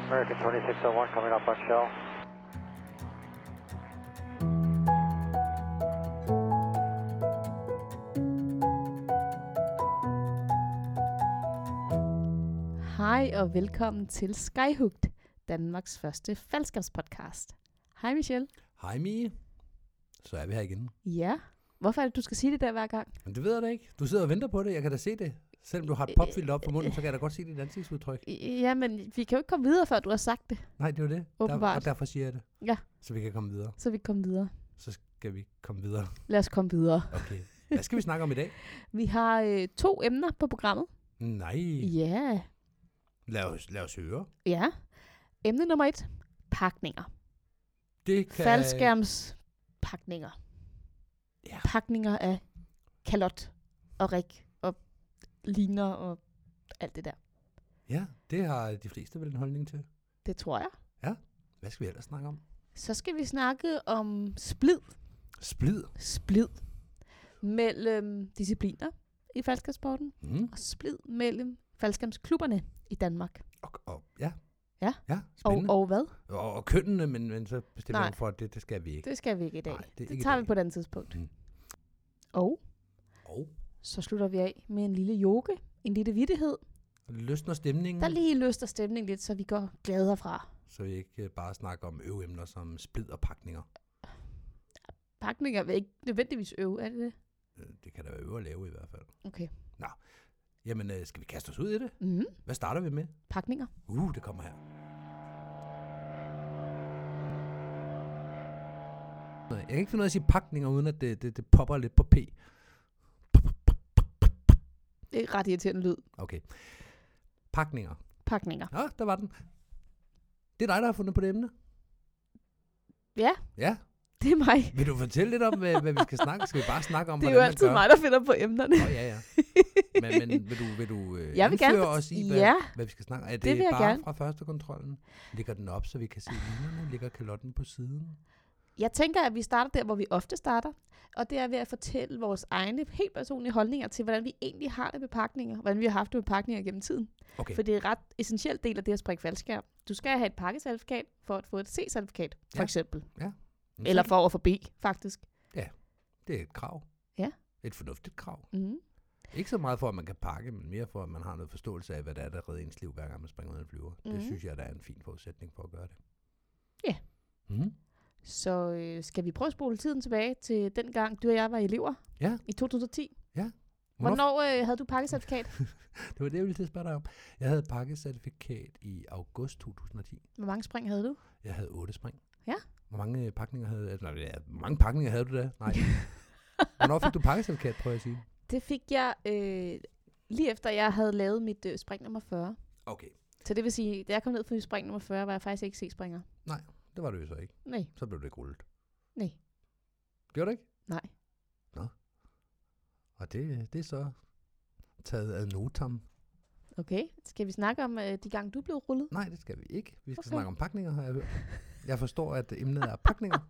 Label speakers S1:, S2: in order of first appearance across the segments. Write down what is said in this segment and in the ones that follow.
S1: American 2601 coming up on shell.
S2: Hej og velkommen til Skyhooked, Danmarks første faldskærmspodcast. Hej Michelle.
S3: Hej Mie. Så er vi her igen.
S2: Ja, hvorfor er det, du skal sige det der hver gang?
S3: Men det ved jeg da ikke. Du sidder og venter på det. Jeg kan da se det. Selvom du har et popfilter op på munden, så kan jeg da godt se dit ansigtsudtryk.
S2: Ja, men vi kan jo ikke komme videre, før du har sagt det.
S3: Nej, det er jo det. Og derfor siger jeg det.
S2: Ja.
S3: Så vi kan komme videre.
S2: Så vi kan komme videre.
S3: Så skal vi komme videre.
S2: Lad os komme videre.
S3: Okay. Hvad skal vi snakke om i dag?
S2: Vi har 2 emner på programmet.
S3: Nej.
S2: Ja.
S3: Lad os høre.
S2: Ja. Emne nummer 1. Pakninger.
S3: Det kan...
S2: Faldskærmspakninger.
S3: Ja.
S2: Pakninger af kalot og rig og liner og alt det der.
S3: Ja, det har de fleste vel en holdning til.
S2: Det tror jeg.
S3: Ja. Hvad skal vi ellers snakke om?
S2: Så skal vi snakke om splid.
S3: Splid.
S2: Splid mellem discipliner i faldskærmssporten
S3: Mm.
S2: og splid mellem faldskærmsklubberne i Danmark.
S3: Ja.
S2: Ja.
S3: Ja, spændende.
S2: Og hvad?
S3: Og kønnene, men så bestemmer
S2: Nej.
S3: jeg for, at det skal vi ikke.
S2: Det skal vi ikke i dag.
S3: Nej, det er
S2: det
S3: ikke i
S2: tager
S3: dag.
S2: vi på et andet tidspunkt.
S3: Mm.
S2: Og
S3: Og
S2: så slutter vi af med en lille yoga, en lille vittighed,
S3: løsner stemningen.
S2: der lige løster stemningen lidt, så vi går glade herfra.
S3: Så vi ikke bare snakker om øveemner som splid og pakninger.
S2: Pakninger vil ikke nødvendigvis øve, er det det?
S3: Det kan der være øve at lave i hvert fald.
S2: Okay.
S3: Jamen, skal vi kaste os ud i det?
S2: Mm.
S3: Hvad starter vi med?
S2: Pakninger.
S3: Det kommer her. Jeg kan ikke finde ud af at sige pakninger, uden at det popper lidt på P.
S2: Det er ret irriterende lyd.
S3: Okay. Pakninger.
S2: Pakninger.
S3: Ja, der var den. Det er dig, der har fundet på det emne?
S2: Ja,
S3: Ja.
S2: det er mig.
S3: Vil du fortælle lidt om, hvad vi skal snakke? Skal vi bare snakke om,
S2: Det er jo
S3: hvordan man
S2: altid
S3: gør?
S2: mig, der finder på emnerne.
S3: Ja. Men vil du
S2: Jeg vil gerne
S3: indføre os i,
S2: ja.
S3: hvad vi skal snakke om? Er
S2: Det vil jeg
S3: bare
S2: gerne.
S3: fra første kontrollen? Ligger den op, så vi kan se linerne? Ligger kalotten på siden?
S2: Jeg tænker, at vi starter der, hvor vi ofte starter. Og det er ved at fortælle vores egne helt personlige holdninger til, hvordan vi egentlig har det med pakninger. Hvordan vi har haft det med pakninger gennem tiden.
S3: Okay.
S2: For det er en ret essentiel del af det at springe faldskærm. Du skal have et pakkecertifikat for at få et C-certifikat, for
S3: Ja.
S2: eksempel.
S3: Men
S2: Eller
S3: så-
S2: for at få B, faktisk.
S3: Det er et krav.
S2: Ja.
S3: Et fornuftigt krav.
S2: Mm.
S3: Ikke så meget for, at man kan pakke, men mere for, at man har noget forståelse af, hvad det er, der redder ens liv, hver gang man springer ud af en flyver. Det
S2: Mhm.
S3: synes jeg, der er en fin forudsætning for at gøre det.
S2: Ja.
S3: Mm.
S2: Så skal vi prøve at spole tiden tilbage til den gang, du og jeg var elever?
S3: Ja.
S2: I 2010.
S3: Ja.
S2: Hvornår havde du pakkecertifikat?
S3: Det var det, jeg ville til at spørge dig om. Jeg havde pakkecertifikat i august 2010.
S2: Hvor mange spring havde du?
S3: Jeg havde 8 spring.
S2: Ja.
S3: Hvor mange pakninger havde du da? Nej. Hvornår fik du pakkecertifikat, prøver jeg at sige?
S2: Det fik jeg lige efter, jeg havde lavet mit spring nummer 40.
S3: Okay.
S2: Så det vil sige, da jeg kom ned for mit spring nummer 40, var jeg faktisk ikke C-springer.
S3: Det var det jo så ikke.
S2: Nej.
S3: Så blev det ikke rullet.
S2: Nej.
S3: Gjorde det ikke?
S2: Nej.
S3: Og det er så taget ad notam.
S2: Okay. Skal vi snakke om de gange, du blev rullet?
S3: Nej, det skal vi ikke. Vi skal
S2: Okay.
S3: snakke om pakninger, har jeg hørt. Jeg forstår, at emnet er pakninger.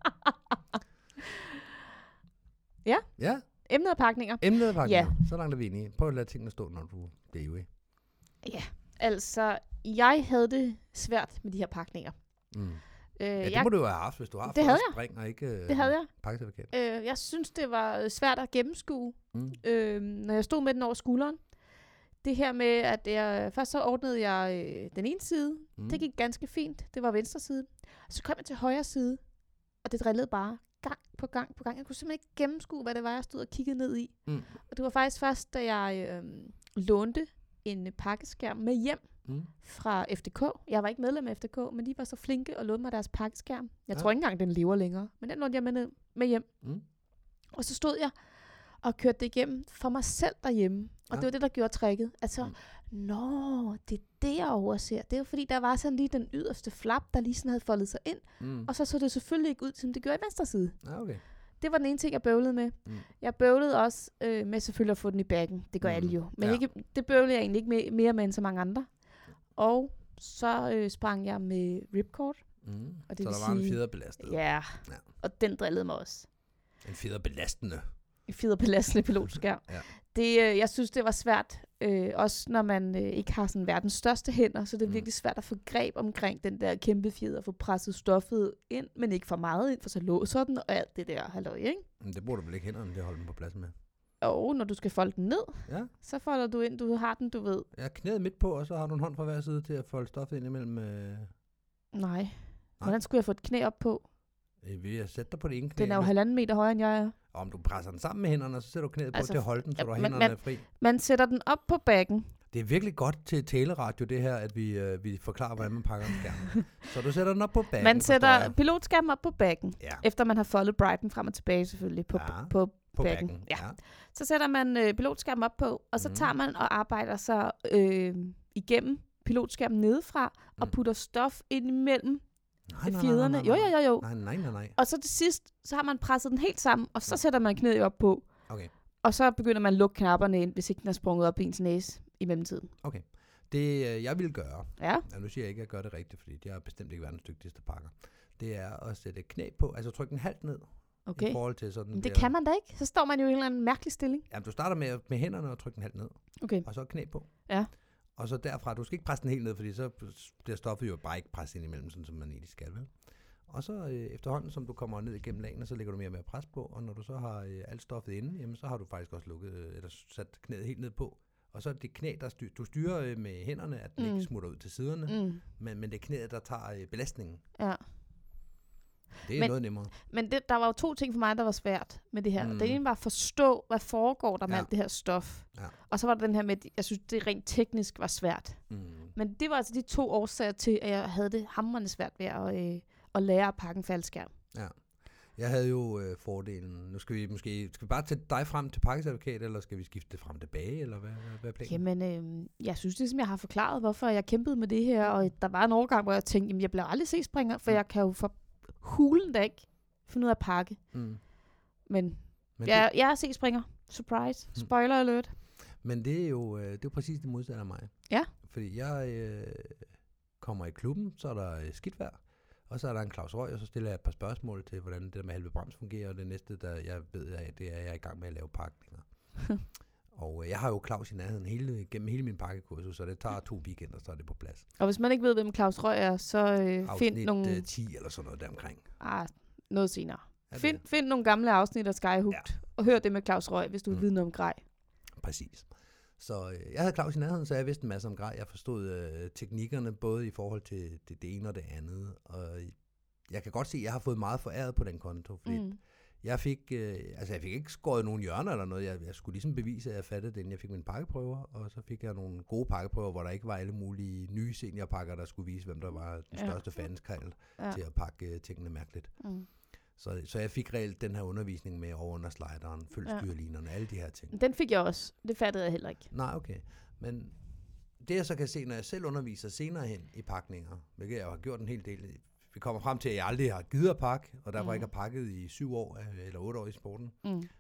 S2: Ja.
S3: Ja,
S2: Emnet er pakninger.
S3: emnet er pakninger.
S2: Ja.
S3: Så langt er vi enige. Prøv at lade tingene stå, når du bliver ivrig.
S2: Altså, jeg havde det svært med de her pakninger.
S3: Mm. Ja, det må du jo have haft, hvis du har
S2: Det havde
S3: fået spring og ikke
S2: Det havde jeg.
S3: pakkecertifikat.
S2: Jeg synes, det var svært at gennemskue,
S3: Mm.
S2: når jeg stod med den over skulderen. Det her med, at først så ordnede jeg den ene side.
S3: Mm.
S2: Det gik ganske fint. Det var venstre side. Så kom jeg til højre side, og det drillede bare gang på gang på gang. Jeg kunne simpelthen ikke gennemskue, hvad det var, jeg stod og kiggede ned i.
S3: Mm.
S2: Og det var faktisk først, da jeg lånte en pakkeskærm med hjem
S3: Mm.
S2: fra FDK. Jeg var ikke medlem af FDK, men de var så flinke og lånte mig deres pakkeskærm. Jeg
S3: Ja.
S2: tror ikke engang, den lever længere, men den lånte jeg med hjem.
S3: Mm.
S2: Og så stod jeg og kørte det igennem for mig selv derhjemme. Og
S3: Ja.
S2: det var det, der gjorde tricket. Altså, nå, det er det, jeg overser. Det er jo fordi, der var sådan lige den yderste flap, der lige sådan havde foldet sig ind.
S3: Mm.
S2: Og så det selvfølgelig ikke ud, som det gjorde i venstre side.
S3: Ja, okay.
S2: Det var den ene ting, jeg bøvlede med.
S3: Mm.
S2: Jeg bøvlede også med selvfølgelig at få den i backen. Det gør alle jo. Men
S3: Ja.
S2: ikke, det bøvlede jeg egentlig ikke mere med end så mange andre. Og så sprang jeg med ripcord.
S3: Mm.
S2: Og det
S3: Så
S2: vil
S3: der var en
S2: sige-
S3: fjederbelastet.
S2: Ja,
S3: Ja.
S2: og den drillede mig også.
S3: En fjederbelastende.
S2: En fjederbelastende pilotskærm.
S3: Ja.
S2: Det, jeg synes, det var svært Også når man ikke har sådan verdens største hænder, så det er virkelig svært at få greb omkring den der kæmpe fjeder og få presset stoffet ind, men ikke for meget ind, for så låser den og alt det der halløj, ikke?
S3: Men det burde du vel ikke hænderne til at holde den på plads med?
S2: Og når du skal folde den ned,
S3: Ja.
S2: så folder du ind, du har den, du ved.
S3: Jeg er knæet midt på, og så har du en hånd fra hver side til at folde stoffet ind imellem.
S2: Nej. Hvordan skulle jeg få et knæ op på?
S3: Ved at sætte dig på det ene knæ.
S2: Den er jo 1,5 meter højere, end jeg er.
S3: Og om du presser den sammen med hænderne, og så sætter du knæet
S2: Altså,
S3: på til at holde den, så du har
S2: men-
S3: hænderne fri.
S2: Man sætter den op på bakken.
S3: Det er virkelig godt til taleradio, det her, at vi forklarer, hvordan man pakker en skærm. Så du sætter den op på bakken.
S2: Man sætter pilotskærmen op på bakken,
S3: Ja.
S2: efter man har foldet Brighton frem og tilbage selvfølgelig på
S3: På
S2: bakken.
S3: bakken.
S2: Ja. Så sætter man pilotskærmen op på, og så tager man og arbejder sig igennem pilotskærmen nedefra, og putter stof ind imellem fjederne. Jo.
S3: Nej.
S2: Og så til sidst, så har man presset den helt sammen, og så sætter man knæet op på.
S3: Okay.
S2: Og så begynder man at lukke knapperne ind, hvis ikke den er sprunget op i ens næse i mellemtiden.
S3: Okay. Det jeg vil gøre,
S2: Ja.
S3: nu siger jeg ikke, at jeg gør det rigtigt, fordi jeg er bestemt ikke verdens dygtigste pakker, det er at sætte knæ på, altså trykke den halvt ned.
S2: Okay.
S3: I forhold til sådan
S2: Men det
S3: der.
S2: kan man da ikke. Så står man jo i en eller anden mærkelig stilling.
S3: Jamen, du starter med hænderne og trykke den halvt ned.
S2: Okay.
S3: Og så knæ på.
S2: Ja.
S3: Og så derfra, du skal ikke presse den helt ned, fordi så bliver stoffet jo bare ikke presset ind imellem, sådan som man egentlig skal, vel? Og så efterhånden, som du kommer ned igennem lagene, så lægger du mere og mere pres på, og når du så har alt stoffet inde, jamen, så har du faktisk også eller sat knæet helt ned på. Og så er det knæ, du styrer med hænderne, at den ikke smutter ud til siderne, men det er knæet, der tager belastningen.
S2: Ja.
S3: Det er noget nemmere.
S2: Men der var jo 2 ting for mig, der var svært med det her. Det ene var at forstå, hvad foregår der med alt det her stof.
S3: Ja.
S2: Og så var der den her med, jeg synes, det rent teknisk var svært. Men det var altså de 2 årsager til, at jeg havde det hamrende svært ved at lære at pakke en faldskærm.
S3: Ja. Jeg havde jo fordelen. Nu skal vi bare tage dig frem til pakkecertifikat, eller skal vi skifte det frem tilbage, eller hvad er planen?
S2: Jamen, jeg synes ligesom, jeg har forklaret, hvorfor jeg kæmpede med det her. Og der var en overgang, hvor jeg tænkte, jamen, jeg bliver aldrig C-springer, for jeg kan jo for hulen da ikke finde ud af at pakke. Men jeg er C-springer. Surprise. Spoiler alert.
S3: Men det er jo præcis det modsatte af mig.
S2: Ja.
S3: Fordi jeg kommer i klubben, så er der skidt vejr, og så er der en Claus Røg, og så stiller jeg et par spørgsmål til, hvordan det der med halve brems fungerer, og det næste, der jeg ved, det er, at jeg er i gang med at lave pakninger. Og jeg har jo Claus i nærheden gennem hele min pakkekursus, så det tager 2 weekender, så er det på plads.
S2: Og hvis man ikke ved, hvem Claus Røg er, så find nogle...
S3: 10 eller sådan noget deromkring.
S2: Noget senere. Find nogle gamle afsnit af Skyhooked, og hør det med Claus Røg, hvis du vil vide noget om grej.
S3: Præcis. Så jeg havde Claus i nærheden, så jeg vidste en masse om grej. Jeg forstod teknikkerne, både i forhold til det ene og det andet. Og jeg kan godt se, at jeg har fået meget foræret på den konto, fordi jeg fik ikke skåret nogen hjørner eller noget. Jeg skulle ligesom bevise, at jeg fattede det, inden jeg fik mine pakkeprøver. Og så fik jeg nogle gode pakkeprøver, hvor der ikke var alle mulige nye seniorpakker, der skulle vise, hvem der var den største fanskald til at pakke tingene mærkeligt. Så jeg fik reelt den her undervisning med over under slideren, følg styrlinerne, alle de her ting.
S2: Den fik jeg også. Det fattede jeg heller ikke.
S3: Nej, okay. Men det jeg så kan se, når jeg selv underviser senere hen i pakninger, hvilket jeg har gjort en hel del, vi kommer frem til, at jeg aldrig har givet at pakke, og derfor ikke har pakket i 7 år eller 8 år i sporten.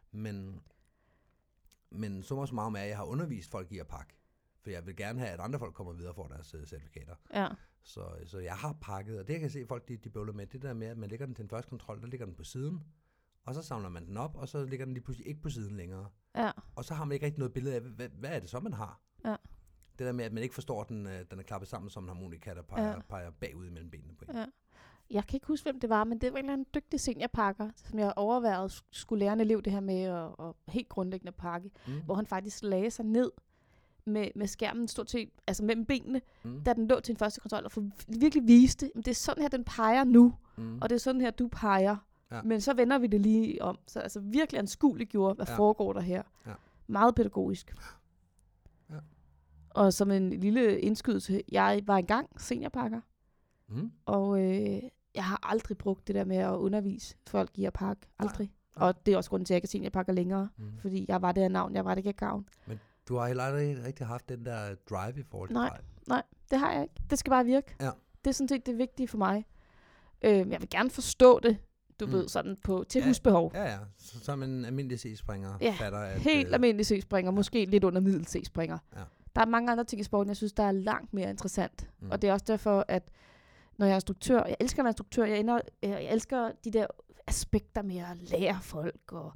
S3: Men så meget med, at jeg har undervist folk i at pakke. For jeg vil gerne have, at andre folk kommer videre og får deres certifikater.
S2: Ja.
S3: Så jeg har pakket, og det jeg kan se, folk de bøvler med, det der med, at man lægger den til en første kontrol, der ligger den på siden, og så samler man den op, og så ligger den lige pludselig ikke på siden længere.
S2: Ja.
S3: Og så har man ikke rigtig noget billede af, hvad er det så, man har?
S2: Ja.
S3: Det der med, at man ikke forstår, at den er klappet sammen som en harmonika, der peger bagud imellem benene på en.
S2: Ja. Jeg kan ikke huske, hvem det var, men det var en eller anden dygtig seniorpakker, som jeg overvejede skulle lære en elev det her med at helt grundlæggende pakke, hvor han faktisk lagde sig ned med skærmen stort set, altså mellem benene, da den lå til en første kontrol, og virkelig viste, at det er sådan her, den peger nu, og det er sådan her, du peger. Ja. Men så vender vi det lige om. Så altså virkelig anskueligt gjorde, hvad foregår der her. Ja. Meget pædagogisk. Ja. Og som en lille indskydelse, jeg var engang seniorpakker, og jeg har aldrig brugt det der med at undervise folk i at pakke. Aldrig. Nej. Og det er også grunden til, at jeg ikke er seniorpakker længere, fordi jeg var det af navn, jeg var det ikke af gavn. Men
S3: du har heller ikke rigtig haft den der drive i forhold til dig?
S2: Nej, det har jeg ikke. Det skal bare virke.
S3: Ja.
S2: Det er sådan set det vigtige for mig. Jeg vil gerne forstå det, du ved, sådan til husbehov.
S3: Ja. Så som en almindelig C-springer fatter at...
S2: helt almindelig C-springer. Måske lidt under middel C-springer. Ja. Der er mange andre ting i sporten, jeg synes, der er langt mere interessant. Og det er også derfor, at når jeg er instruktør, jeg elsker at være instruktør, jeg elsker de der aspekter med at lære folk, og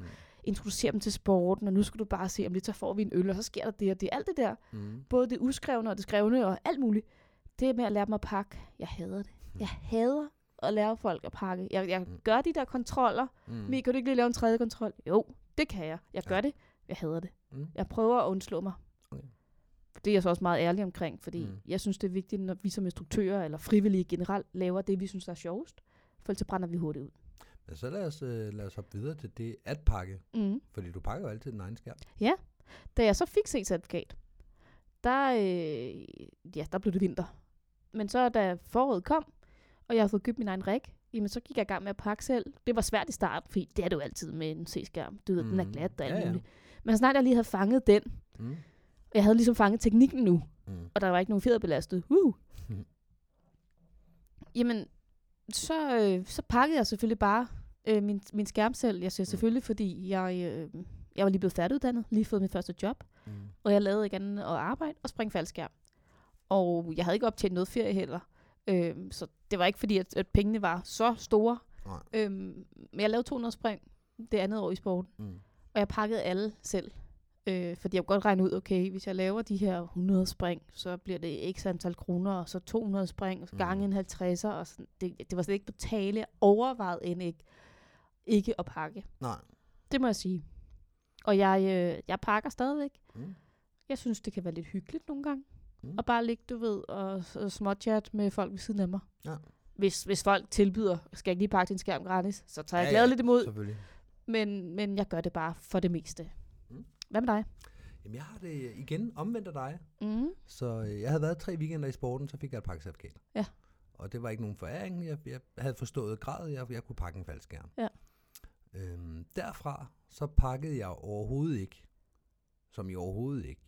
S2: introducere dem til sporten, og nu skal du bare se, om lidt så får vi en øl, og så sker der det og det. Alt det der, både det uskrevne og det skrevne og alt muligt, det med at lære dem at pakke, jeg hader det. Jeg hader at lære folk at pakke. Jeg gør de der kontroller. Men kan du ikke lige lave en tredje kontrol? Jo, det kan jeg. Jeg gør det. Jeg hader det. Jeg prøver at undslå mig. Okay. Det er jeg så også meget ærlig omkring, fordi jeg synes, det er vigtigt, når vi som instruktører eller frivillige generelt laver det, vi synes er sjovest, for så brænder vi hurtigt ud.
S3: Men så lad os hoppe videre til det at pakke. Fordi du pakker jo altid din egen skærm.
S2: Ja. Da jeg så fik C-certifikat, der blev det vinter. Men så da foråret kom, og jeg havde fået købt min egen rig, jamen så gik jeg i gang med at pakke selv. Det var svært i starten, fordi det er det jo altid med en C-skærm. Du ved, den er glat og alt muligt. Men snart jeg lige havde fanget den, og jeg havde ligesom fanget teknikken nu, og der var ikke nogen fjederbelastet. Jamen, så pakkede jeg selvfølgelig bare min skærm selv. Jeg siger selvfølgelig, fordi jeg var lige blevet færdiguddannet, lige fået mit første job, og jeg lavede ikke andet at arbejde og springe faldskærm. Og jeg havde ikke optjent noget ferie heller. Så det var ikke fordi, at pengene var så store. Men jeg lavede 200 spring det andet år i sporten. Og jeg pakkede alle selv. Fordi jeg kunne godt regne ud, okay, hvis jeg laver de her 100 spring, så bliver det x antal kroner, og så 200 spring, og så gange en 50'er. Og sådan. Det var slet ikke på tale, overvejet end ikke at pakke.
S3: Nej.
S2: Det må jeg sige. Og jeg pakker stadigvæk. Jeg synes, det kan være lidt hyggeligt nogle gange. Og bare ligge, du ved, og småchat med folk ved siden af mig. Ja. Hvis folk tilbyder, skal jeg lige pakke din skærm gratis, så tager jeg gladeligt imod. Men jeg gør det bare for det meste. Hvad med dig?
S3: Jamen, jeg har det igen omvendt af dig. Så jeg havde været 3 weekender i sporten, så fik jeg et pakkecertifikat. Ja. Og det var ikke nogen foræring. Jeg havde forstået gradet, jeg kunne pakke en faldskærm. Ja. Derfra, så pakkede jeg overhovedet ikke. Som i overhovedet ikke.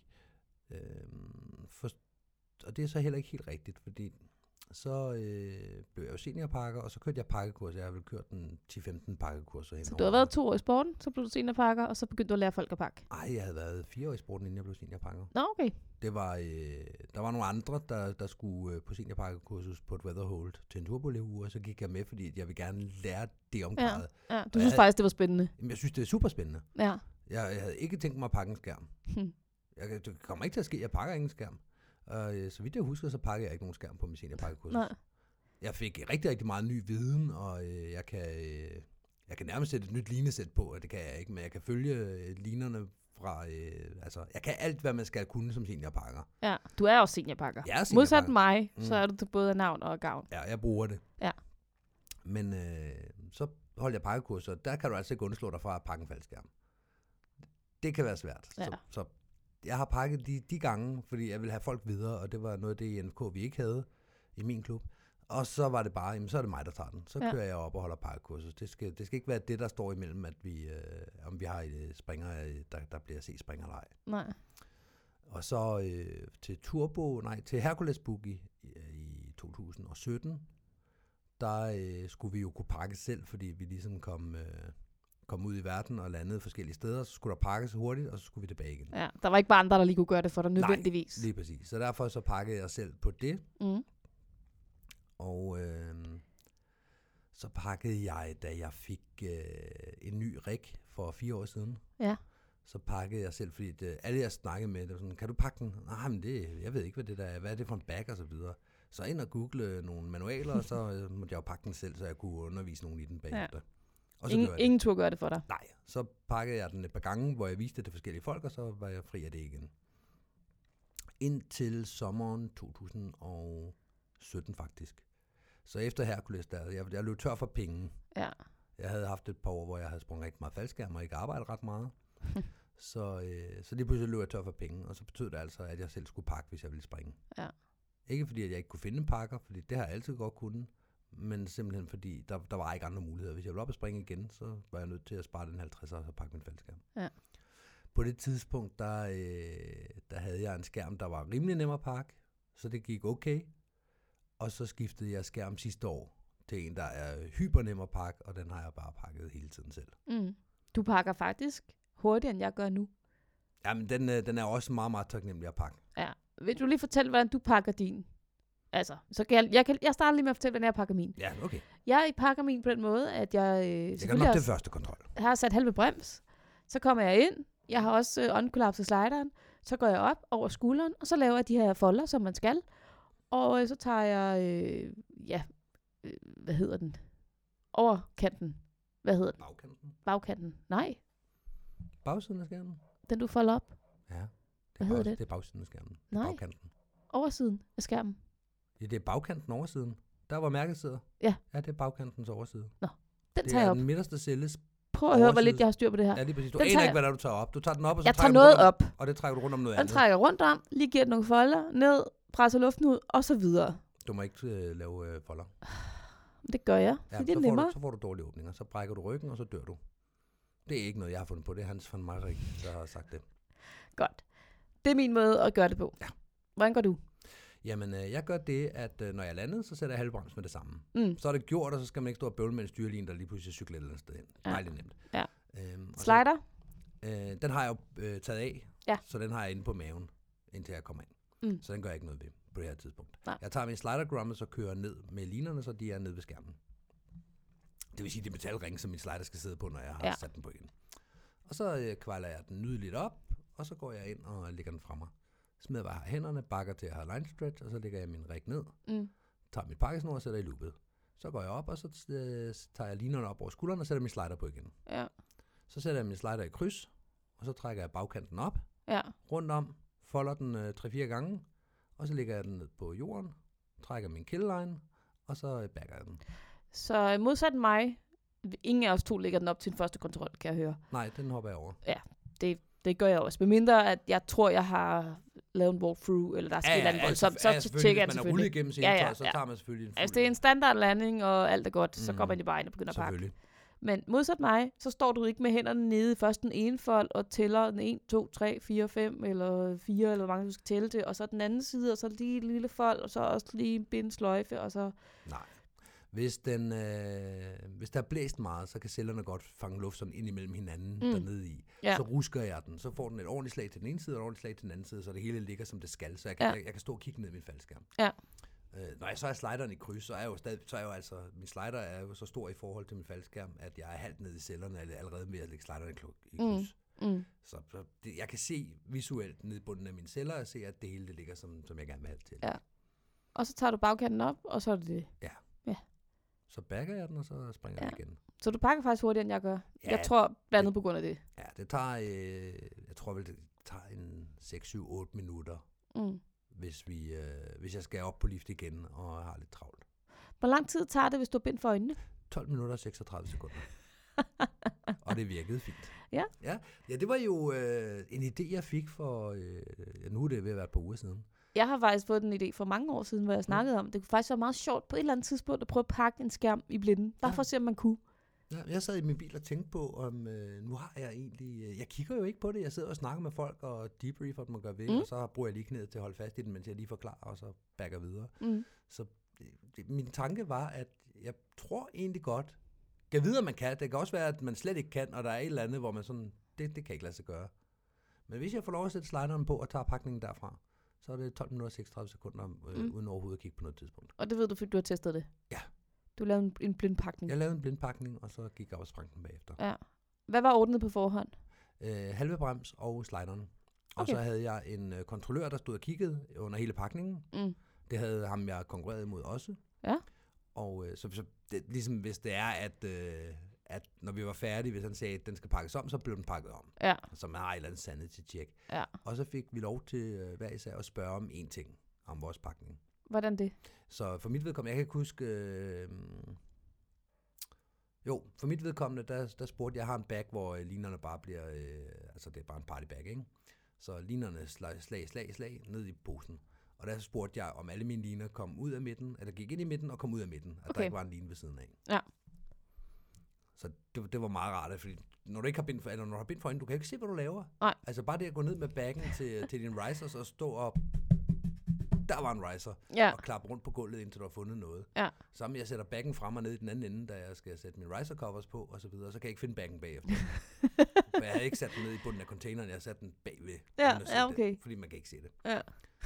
S3: Og det er så heller ikke helt rigtigt, fordi så blev jeg jo seniorpakker, og så kørte jeg pakkekurser. Jeg har vel kørt en 10-15 pakkekurser henover.
S2: Så du har været 2 år i sporten, så blev du seniorpakker, og så begyndte du at lære folk at pakke?
S3: Nej, jeg havde været 4 år i sporten, inden jeg blev seniorpakker.
S2: Nå, okay.
S3: Det var, der var nogle andre, der skulle på seniorpakkekursus på et weatherhold til en turboleveuge, og så gik jeg med, fordi jeg vil gerne lære det om gradet.
S2: Ja. Du synes faktisk, det var spændende?
S3: Jamen, jeg synes, det er super spændende.
S2: Ja.
S3: Jeg havde ikke tænkt mig at pakke en skærm. Det kommer ikke til at ske, jeg pakker ingen skærm. Så vidt jeg husker, så pakker jeg ikke nogen skærm på min seniorpakkekursus. Nej. Jeg fik rigtig, rigtig meget ny viden, og jeg kan nærmest sætte et nyt linesæt på, og det kan jeg ikke, men jeg kan følge linerne fra, jeg kan alt, hvad man skal kunne som seniorpakker. Ja,
S2: du er også seniorpakker.
S3: Jeg er seniorpakker.
S2: Modsat mig, så er du til både navn og gavn.
S3: Ja, jeg bruger det. Ja. Men så holdt jeg pakkekurser, og der kan du altså ikke undslå dig fra at pakke en faldskærm. Det kan være svært. Ja. Så jeg har pakket de gange, fordi jeg vil have folk videre, og det var noget af det i NFK, vi ikke havde i min klub. Og så var det bare, jamen, så er det mig, der tager den. Så kører jeg op og holder pakkekurser. Det skal ikke være det, der står imellem, at vi, om vi har et springer, der bliver C-springer eller ej. Nej. Og så til Hercules Boogie i 2017, der skulle vi jo kunne pakke selv, fordi vi ligesom kom ud i verden og landede forskellige steder, så skulle der pakkes hurtigt, og så skulle vi tilbage igen. Ja,
S2: der var ikke bare andre, der lige kunne gøre det for dig nødvendigvis.
S3: Nej, lige præcis. Så derfor så pakkede jeg selv på det. Og så pakkede jeg, da jeg fik en ny rig for 4 år siden. Ja. Så pakkede jeg selv, fordi alle jeg snakkede med, det var sådan, kan du pakke den? Nej, men jeg ved ikke, hvad det der er. Hvad er det for en bag og så videre. Så ind og google nogle manualer, og så måtte jeg jo pakke den selv, så jeg kunne undervise nogen i den bagefter. Ja.
S2: Ingen turde gøre det for dig?
S3: Nej, så pakkede jeg den et par gange, hvor jeg viste det til forskellige folk, og så var jeg fri af det igen. Indtil sommeren 2017 faktisk. Så efter Hercules, jeg løb tør for penge. Ja. Jeg havde haft et par år, hvor jeg havde sprunget rigtig meget faldskærm og ikke arbejdet ret meget. så lige pludselig løb jeg tør for penge, og så betød det altså, at jeg selv skulle pakke, hvis jeg ville springe. Ja. Ikke fordi, at jeg ikke kunne finde en pakker, fordi det har jeg altid godt kunnet, men simpelthen fordi, der var ikke andre muligheder. Hvis jeg ville op og springe igen, så var jeg nødt til at spare den 50'er og så pakke min faldskærm. Ja. På det tidspunkt, der havde jeg en skærm, der var rimelig nem at pakke, så det gik okay. Og så skiftede jeg skærm sidste år til en, der er hypernem at pakke, og den har jeg bare pakket hele tiden selv.
S2: Du pakker faktisk hurtigere, end jeg gør nu.
S3: Jamen, den er også meget, meget taknemmelig at pakke. Ja.
S2: Vil du lige fortælle, hvordan du pakker din? Altså, så kan jeg starter lige med at fortælle, hvordan jeg pakker min.
S3: Ja, okay.
S2: Jeg pakker min på den måde, at jeg...
S3: det kan nok det første kontrol.
S2: Jeg har sat halve brems, Så kommer jeg ind. Jeg har også unkollapset slideren. Så går jeg op over skulderen, og så laver jeg de her folder, som man skal. Og så tager jeg, hvad hedder den? Over kanten. Hvad hedder den?
S3: Bagkanten.
S2: Bagkanten. Nej,
S3: Bagsiden af skærmen.
S2: den du folder op.
S3: Ja.
S2: Hvad hedder det?
S3: Det er bagsiden af skærmen.
S2: Nej.
S3: Bagkanten.
S2: Oversiden af skærmen.
S3: Ja, det er bagkanten oversiden. Der hvor mærket sidder.
S2: Ja.
S3: Ja, det er bagkantens overside.
S2: Den
S3: Det
S2: tager jeg
S3: er
S2: op.
S3: den midterste celles.
S2: Prøv at høre, hvor
S3: overside.
S2: lidt jeg har styr på det her.
S3: Ja, det er præcis. Du
S2: Den
S3: aner
S2: tager
S3: ikke, hvad der du tager op. Du tager den op, og så
S2: Jeg tager
S3: trækker
S2: noget
S3: du rundt om,
S2: op.
S3: og det trækker du rundt om noget
S2: Den
S3: andet.
S2: trækker rundt om, lige giver den nogle folder, ned, presser luften ud, og så videre.
S3: Du må ikke lave folder.
S2: Det gør jeg,
S3: Ja,
S2: fordi det er nemmere.
S3: så får du dårlige åbninger. Så brækker du ryggen, og så dør du. Det er ikke noget, jeg har fundet på. Det er Hans von Marik, der har sagt det.
S2: Godt. Det er min måde at gøre det på.
S3: Ja.
S2: Hvordan gør du?
S3: Jamen, jeg gør det, at når jeg er landet, så sætter jeg halvbrems med det samme.
S2: Mm.
S3: Så er det gjort, og så skal man ikke stå og bøvle med en styrelin, der lige pludselig cykler et eller andet sted ind.
S2: Ja.
S3: Dejligt nemt.
S2: Ja.
S3: Og
S2: Slider?
S3: Så, den har jeg jo taget af,
S2: Ja.
S3: så den har jeg inde på maven, indtil jeg kommer ind.
S2: Mm.
S3: Så den gør jeg ikke noget ved på det her tidspunkt.
S2: Nej.
S3: Jeg tager min slider grommet, så kører ned med linerne, så de er nede ved skærmen. Det vil sige, det er metalring, som min slider skal sidde på, når jeg har sat den på igen. Og så kvejler jeg den nydeligt op, og så går jeg ind og lægger den fra mig. Smider bare hænderne, bakker til at have line stretch, og så lægger jeg min rig ned. Tager mit pakkesnor og sætter i loopet. Så går jeg op, og så tager jeg linerne op over skulderen og sætter min slider på igen.
S2: Ja.
S3: Så sætter jeg min slider i kryds, og så trækker jeg bagkanten op,
S2: Ja.
S3: rundt om, folder den 3-4 gange, og så lægger jeg den ned på jorden, trækker min killline, og så backer jeg den.
S2: Så modsat mig, ingen af os to lægger den op til en første kontrol, kan jeg høre.
S3: Nej, den hopper jeg over.
S2: Ja, det gør jeg også. Medmindre, at jeg tror, jeg har lavet en walkthrough, eller der er sket et eller andet voldsomt, så tjekker jeg
S3: Hvis man er
S2: selvfølgelig.
S3: rullet igennem sengetøj, så tager man selvfølgelig en fuld.
S2: Altså, det er en standard landing, og alt er godt, så går man i bare ind og begynder at pakke.
S3: Selvfølgelig.
S2: Men modsat mig, så står du ikke med hænderne nede først den ene fold, og tæller den 1, 2, 3, 4, 5, eller 4, eller hvor mange du skal tælle til, og så den anden side, og så lige en lille fold, og så også lige en bindsløjfe, og så...
S3: Nej. Hvis der er blæst meget, så kan cellerne godt fange luft sådan ind imellem hinanden dernede i.
S2: Ja.
S3: Så rusker jeg den. Så får den et ordentligt slag til den ene side, og et ordentligt slag til den anden side, så det hele ligger, som det skal. Så jeg kan stå og kigge ned i min faldskærm.
S2: Ja.
S3: Når jeg så er slideren i kryds, så er jo altså, min slider er jo så stor i forhold til min faldskærm, at jeg er halvt ned i cellerne, eller allerede ved at lægge slideren i kryds. Så jeg kan se visuelt ned i bunden af mine celler, og se, at det hele det ligger, som jeg gerne vil have det til.
S2: Ja. Og så tager du bagkanten op, og så er det det.
S3: Ja.
S2: Ja.
S3: Så backer jeg den, og så springer jeg igen.
S2: Så du pakker faktisk hurtigere, end jeg gør.
S3: Ja,
S2: Jeg tror blandt andet på grund af det.
S3: Ja, det tager, jeg tror vel, det tager en 6-7-8 minutter, hvis jeg skal op på lift igen og har lidt travlt.
S2: Hvor lang tid tager det, hvis du har bind for øjnene?
S3: 12 minutter og 36 sekunder. Og det virkede fint.
S2: Ja.
S3: Ja, det var jo en idé, jeg fik for, nu er det ved at være et par uger siden.
S2: Jeg har faktisk fået en idé for mange år siden, hvor jeg snakkede om, det kunne faktisk være meget sjovt på et eller andet tidspunkt at prøve at pakke en skærm i blinden. Bare for at se, om man kunne.
S3: Ja, jeg sad i min bil og tænkte på, om nu har jeg egentlig... jeg kigger jo ikke på det. Jeg sidder og snakker med folk og debriefer dem og gør ved, og så bruger jeg lige knæet til at holde fast i den, mens jeg lige forklarer, og så backer videre. Så min tanke var, at jeg tror egentlig godt, jeg ved, at man kan. Det kan også være, at man slet ikke kan, og der er et eller andet, hvor man sådan, det kan ikke lade sig gøre. Men hvis jeg får lov at sætte slideren på og tager pakningen derfra, så er det 12 minutter og 36 sekunder, uden overhovedet at kigge på noget tidspunkt.
S2: Og det ved du, fordi du har testet det?
S3: Ja.
S2: Du lavede en blindpakning?
S3: Jeg lavede en blindpakning, og så gik jeg op og sprang den bagefter.
S2: Ja. Hvad var ordnet på forhånd?
S3: Halve brems og slideren. Og så havde jeg en kontrollør, der stod og kiggede under hele pakningen. Det havde ham, jeg konkurrerede imod også.
S2: Ja.
S3: Og så det, ligesom hvis det er, at når vi var færdige, hvis han sagde, at den skal pakkes om, så blev den pakket om.
S2: Ja.
S3: Så man har et eller andet sanity-check.
S2: Ja.
S3: Og så fik vi lov til hver især at spørge om én ting om vores pakning.
S2: Hvordan det?
S3: Så for mit vedkommende, jeg kan ikke huske... for mit vedkommende, der spurgte jeg har en bag, hvor linerne bare bliver... altså det er bare en partybag, ikke? Så linerne slag ned i posen. Og der spurgte jeg, om alle mine liner kom ud af midten, eller gik ind i midten og kom ud af midten. At der ikke var en line ved siden af.
S2: Ja.
S3: Så det var meget rart, fordi når du ikke har bind for, eller når du har bind for øjnene, du kan ikke se, hvad du laver.
S2: Nej.
S3: Altså bare det at gå ned med baggen til din risers og stå op, der var en riser, og klappe rundt på gulvet, indtil du har fundet noget.
S2: Ja.
S3: Sammen jeg sætter baggen frem og ned i den anden ende, da jeg skal sætte min riser covers på, og så videre, så kan jeg ikke finde baggen bagefter. For jeg havde ikke sat den ned i bunden af containeren, jeg har sat den bagved,
S2: okay.
S3: det, fordi man kan ikke se det.
S2: Ja.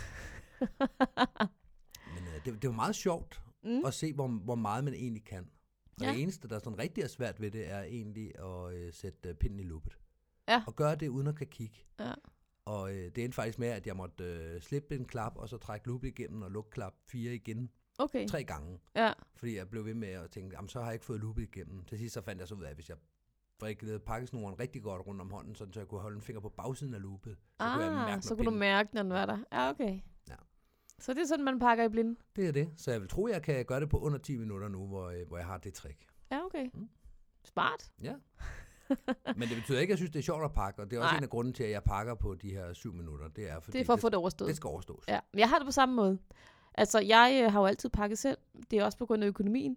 S3: Men det var meget sjovt at se, hvor meget man egentlig kan. Og det eneste, der sådan rigtig er svært ved det, er egentlig at sætte pinden i loopet.
S2: Ja.
S3: Og gøre det uden at kan kigge.
S2: Ja.
S3: Og det endte faktisk med, at jeg måtte slippe en klap, og så trække loop igennem og lukke klap 4 igen.
S2: Okay.
S3: 3 gange.
S2: Ja.
S3: Fordi jeg blev ved med at tænke, jamen så har jeg ikke fået loopet igennem. Til sidst så fandt jeg så ud af, at hvis jeg vrikkede pakkesnoren rigtig godt rundt om hånden, så jeg kunne holde en finger på bagsiden af loopet, så kunne jeg mærke,
S2: så kunne du mærke, når den var der. Ja, okay.
S3: Ja.
S2: Så det er sådan, man pakker i blinde?
S3: Det er det. Så jeg vil tro, jeg kan gøre det på under 10 minutter nu, hvor jeg har det trick.
S2: Ja, okay. Smart.
S3: Ja. Men det betyder ikke, at jeg synes, det er sjovt at pakke, og det er også en af grunden til, at jeg pakker på de her 7 minutter. Det er, fordi
S2: det er for at få det overstået.
S3: Det skal overstås.
S2: Ja, men jeg har det på samme måde. Altså, jeg har jo altid pakket selv. Det er også på grund af økonomien.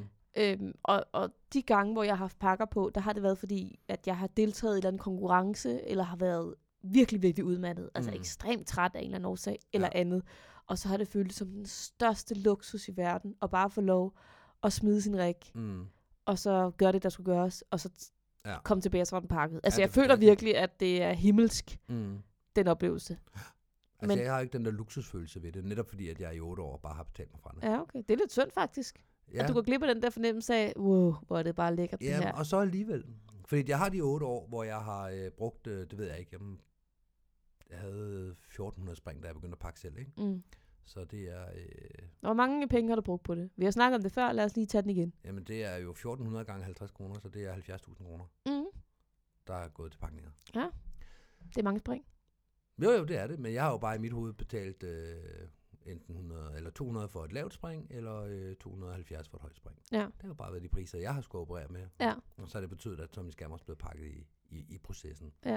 S2: Og de gange, hvor jeg har haft pakker på, der har det været fordi, at jeg har deltaget i en eller anden konkurrence, eller har været virkelig, virkelig udmattet. Altså ekstremt træt af en eller anden årsag, eller andet. Og så har det føltes som den største luksus i verden, at bare få lov at smide sin rig, og så gøre det, der skulle gøres, og så komme tilbage, og så var den pakket. Altså, jeg føler virkelig, at det er himmelsk, den oplevelse.
S3: Altså, jeg har ikke den der luksusfølelse ved det, netop fordi, at jeg i 8 år bare har betalt mig fra det.
S2: Ja, okay. Det er lidt synd, faktisk. Ja. At du går glip af den der fornemmelse af, wow, hvor er det bare lækkert, det her.
S3: Og så alligevel. Fordi jeg har de 8 år, hvor jeg har brugt, det ved jeg ikke, jeg havde 1400 spring, da jeg begyndte at pakke selv, ikke? Så det er...
S2: Hvor mange penge har du brugt på det? Vi har snakket om det før, lad os lige tage den igen.
S3: Jamen, det er jo 1400 gange 50 kroner, så det er 70.000 kroner, der er gået til pakninger.
S2: Ja, det er mange spring.
S3: Jo, det er det, men jeg har jo bare i mit hoved betalt enten 100 eller 200 for et lavt spring, eller 270 for et højt spring.
S2: Ja.
S3: Det har jo bare været de priser, jeg har skulle operere med.
S2: Ja.
S3: Og så har det betydet, at Tommy Skam også blevet pakket i processen.
S2: Ja.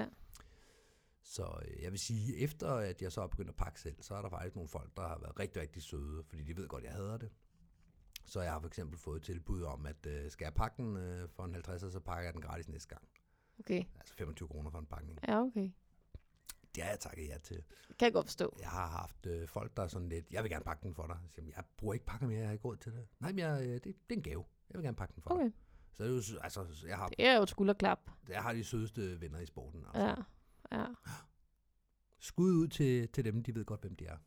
S3: Så jeg vil sige, efter at jeg så er begyndt at pakke selv, så er der faktisk nogle folk, der har været rigtig, rigtig søde, fordi de ved godt, at jeg hader det. Så jeg har for eksempel fået tilbud om, at skal jeg pakke den for en 50'er, så pakker jeg den gratis næste gang.
S2: Okay.
S3: Altså 25 kroner for en pakning.
S2: Ja, okay.
S3: Det har jeg takket ja til.
S2: Kan jeg godt forstå.
S3: Jeg har haft folk, der er sådan lidt, jeg vil gerne pakke den for dig. Jeg bruger ikke pakker mere, jeg har ikke råd til det. Nej, men det er en gave. Jeg vil gerne pakke den for dig. Så det er jo, altså,
S2: det er jo et skulderklap.
S3: Jeg har de sødeste venner i sporten.
S2: Altså. Ja.
S3: Skud ud til dem, de ved godt, hvem de er.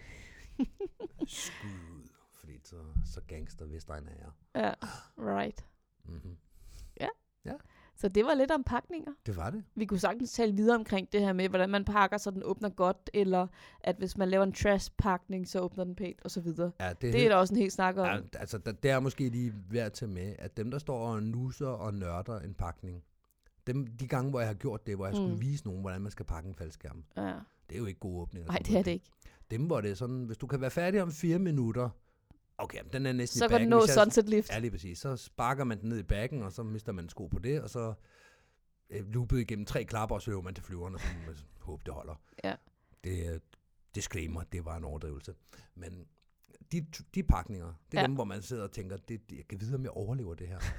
S3: Skud ud, fordi så gangster Vestegn er jeg.
S2: Ja, right.
S3: Mm-hmm.
S2: Ja. Så det var lidt om pakninger.
S3: Det var det. Vi
S2: kunne sagtens tale videre omkring det her med, hvordan man pakker, så den åbner godt, eller at hvis man laver en trash-pakning, så åbner den pænt, og så videre. Ja, det er der også en helt snak om.
S3: Ja, altså, det er måske lige værd til med, at dem, der står og nuser og nørder en pakning, de gange, hvor jeg har gjort det, hvor jeg skulle vise nogen, hvordan man skal pakke en faldskærm, det er jo ikke gode åbninger.
S2: Nej, det er det ikke.
S3: Dem, hvor det er sådan, hvis du kan være færdig om 4 minutter, okay, den er næsten
S2: så
S3: i backen.
S2: Så kan den nå sunset lift.
S3: Ja, lige præcis. Så sparker man den ned i backen, og så mister man en sko på det, og så loopet igennem 3 klapper, og så løber man til flyveren, og så håber det holder.
S2: Ja.
S3: Disclaimer, det var en overdrivelse. Men de pakninger, det er dem, hvor man sidder og tænker, jeg kan vide, om jeg overlever det her.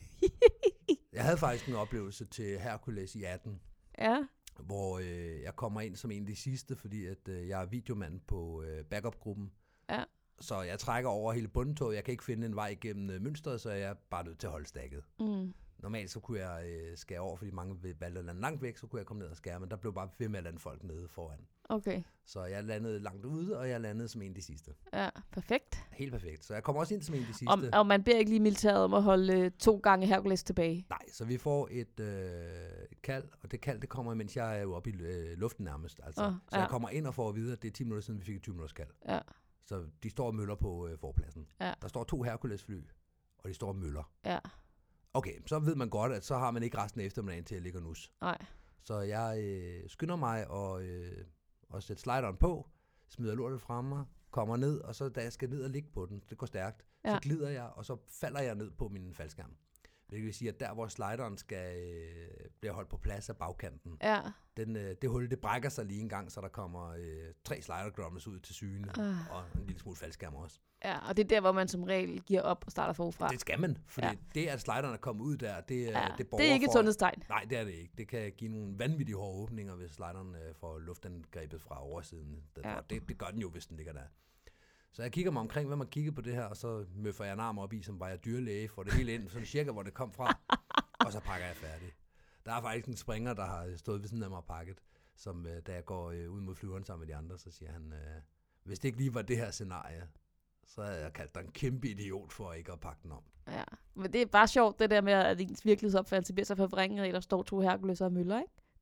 S3: Jeg havde faktisk en oplevelse til Hercules i 18.
S2: Ja.
S3: Hvor jeg kommer ind som en af de sidste, fordi at jeg er videomand på backup-gruppen.
S2: Ja.
S3: Så jeg trækker over hele bundtoget. Jeg kan ikke finde en vej igennem mønstret, så jeg er bare nødt til at holde stakket. Normalt så kunne jeg skære over, fordi mange valgte langt væk, så kunne jeg komme ned og skære, men der blev bare ved med at lande folk nede foran.
S2: Okay.
S3: Så jeg landede langt ude, og jeg landede som en af de sidste.
S2: Ja, perfekt.
S3: Helt perfekt. Så jeg kommer også ind som en af de sidste.
S2: Og man beder ikke lige militæret om at holde 2 gange Hercules tilbage?
S3: Nej, så vi får et kald, og det kald, det kommer, mens jeg er jo oppe i luften nærmest. Altså. Så jeg kommer ind og får at vide, at det er 10 minutter siden, vi fik et 20 minutters kald.
S2: Ja.
S3: Så de står og møller på forpladsen.
S2: Ja.
S3: Der står 2 Hercules-fly, og de står og møller.
S2: Ja.
S3: Okay, så ved man godt, at så har man ikke resten af eftermiddagen til at ligge og nus.
S2: Nej.
S3: Så jeg skynder mig og sætter slideren på, smider lortet fra mig, kommer ned, og så da jeg skal ned og ligge på den, det går stærkt, så glider jeg, og så falder jeg ned på min faldskærm. Det vil sige, at der hvor slideren bliver holdt på plads af bagkanten, det hul, det brækker sig lige en gang, så der kommer 3 slidergrumbles ud til syne, og en lille smule faldskærm også.
S2: Ja, og det er der, hvor man som regel giver op og starter forfra.
S3: Det skal man, fordi det, at slideren er kommet ud der, det
S2: det er ikke et sundhedstegn.
S3: Nej, det er det ikke. Det kan give nogle vanvittige hårde åbninger, hvis slideren får luftangrebet fra oversiden. Det gør den jo, hvis den ligger der. Så jeg kigger mig omkring, hvad man kigger på det her, og så møffer jeg en arm op i, som var jeg dyrlæge, får det hele ind, sådan cirka, hvor det kom fra, og så pakker jeg færdig. Der er faktisk en springer, der har stået ved siden af mig og pakket, som da jeg går ud mod flyveren sammen med de andre, så siger han, hvis det ikke lige var det her scenarie, så havde jeg kaldt dig en kæmpe idiot for ikke at pakke den om.
S2: Ja, men det er bare sjovt, det der med, at ens virkelighedsopfattelse bliver så forvrænget, at der står 2 Hercules og møller, ikke?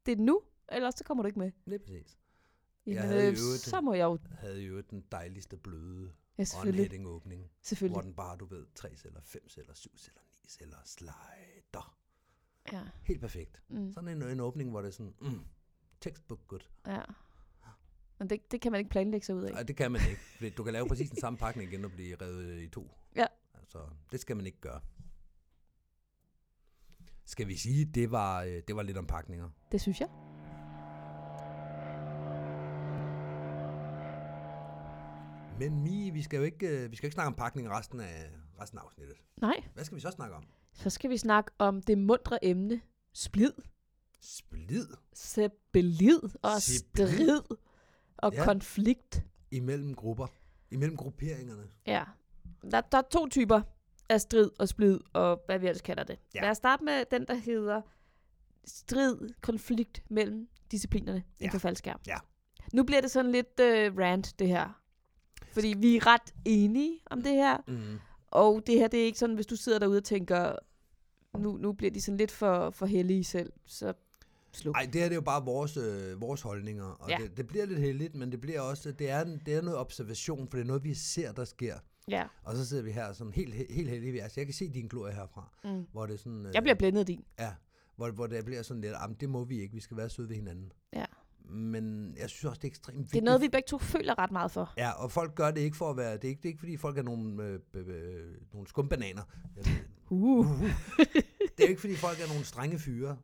S2: det er nu, eller så kommer du ikke med.
S3: Lige præcis.
S2: Jamen, så må jeg jo...
S3: havde jo den dejligste bløde
S2: Ja, selvfølgelig.
S3: on-heading-åbning.
S2: Selvfølgelig.
S3: Hvor den bare, du ved, 3 celler, 5 celler, 7 celler, 9 celler, slider.
S2: Ja.
S3: Helt perfekt. Sådan en åbning, hvor det er sådan, textbook good.
S2: Ja. Men det kan man ikke planlægge sig ud af.
S3: Nej, det kan man ikke. Fordi du kan lave præcis den samme pakning igen og blive revet i 2.
S2: Ja.
S3: Altså, det skal man ikke gøre. Skal vi sige, det var lidt om pakninger?
S2: Det synes jeg.
S3: Men Mie, vi skal jo ikke snakke om pakning resten af afsnittet.
S2: Nej.
S3: Hvad skal vi så snakke om?
S2: Så skal vi snakke om det mundre emne. Splid.
S3: Splid?
S2: Splid og strid og konflikt.
S3: Imellem grupper. Imellem grupperingerne.
S2: Ja. Der er 2 typer af strid og splid, og hvad vi ellers kalder det.
S3: Ja.
S2: Lad os starte med den, der hedder strid, konflikt mellem disciplinerne inden for faldskærm.
S3: Ja.
S2: Nu bliver det sådan lidt rant, det her. Fordi vi er ret enige om det her. Og det her, det er ikke sådan, hvis du sidder derude og tænker, nu bliver de sådan lidt for hellige selv, så sluk.
S3: Nej, det her det er jo bare vores holdninger, og det bliver lidt heldigt, men det bliver også, det er noget observation, for det er noget, vi ser, der sker.
S2: Ja.
S3: Og så sidder vi her sådan helt heldige. Altså, jeg kan se din glorie herfra, hvor det sådan...
S2: Jeg bliver blændet af din.
S3: Ja, hvor det bliver sådan lidt, det må vi ikke, vi skal være søde ved hinanden.
S2: Ja.
S3: Men jeg synes også, det er ekstremt vigtigt.
S2: Det er noget, vi begge to føler ret meget for.
S3: Ja, og folk gør det ikke for at være... Det er ikke fordi folk er nogle skumbananer. Det er jo ikke fordi folk er nogle strenge fyre,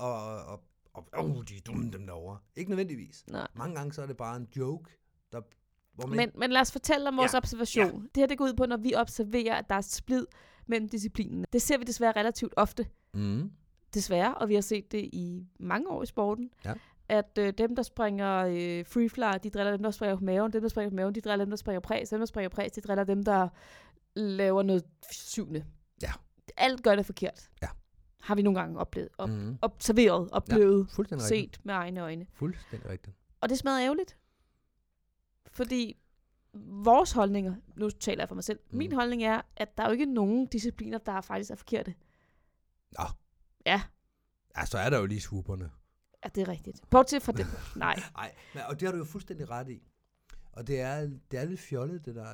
S3: og de er dumme dem derovre. Ikke nødvendigvis.
S2: Nej.
S3: Mange gange så er det bare en joke,
S2: men lad os fortælle om vores observation. Ja. Det her det går ud på, når vi observerer, at der er splid mellem disciplinen. Det ser vi desværre relativt ofte. Desværre, og vi har set det i mange år i sporten.
S3: Ja.
S2: At dem, der springer freefly, de driller dem, der springer på maven. Dem, der springer på maven, de driller dem, der springer præs. Dem, der springer præs, de driller dem, der laver noget syvende.
S3: Ja.
S2: Alt gør det forkert.
S3: Ja.
S2: Har vi nogle gange oplevet, observeret, oplevet, set
S3: rigtigt.
S2: med egne øjne.
S3: Fuldstændig rigtigt.
S2: Og det smadrer ærgerligt. Fordi vores holdninger, nu taler jeg for mig selv, min holdning er, at der er jo ikke nogen discipliner, der faktisk er forkerte.
S3: Nå.
S2: Ja.
S3: Ja, så er der jo lige swooperne.
S2: Ja, det er rigtigt. Bortset fra det. Nej.
S3: Nej, og det har du jo fuldstændig ret i. Og det er lidt fjollet, det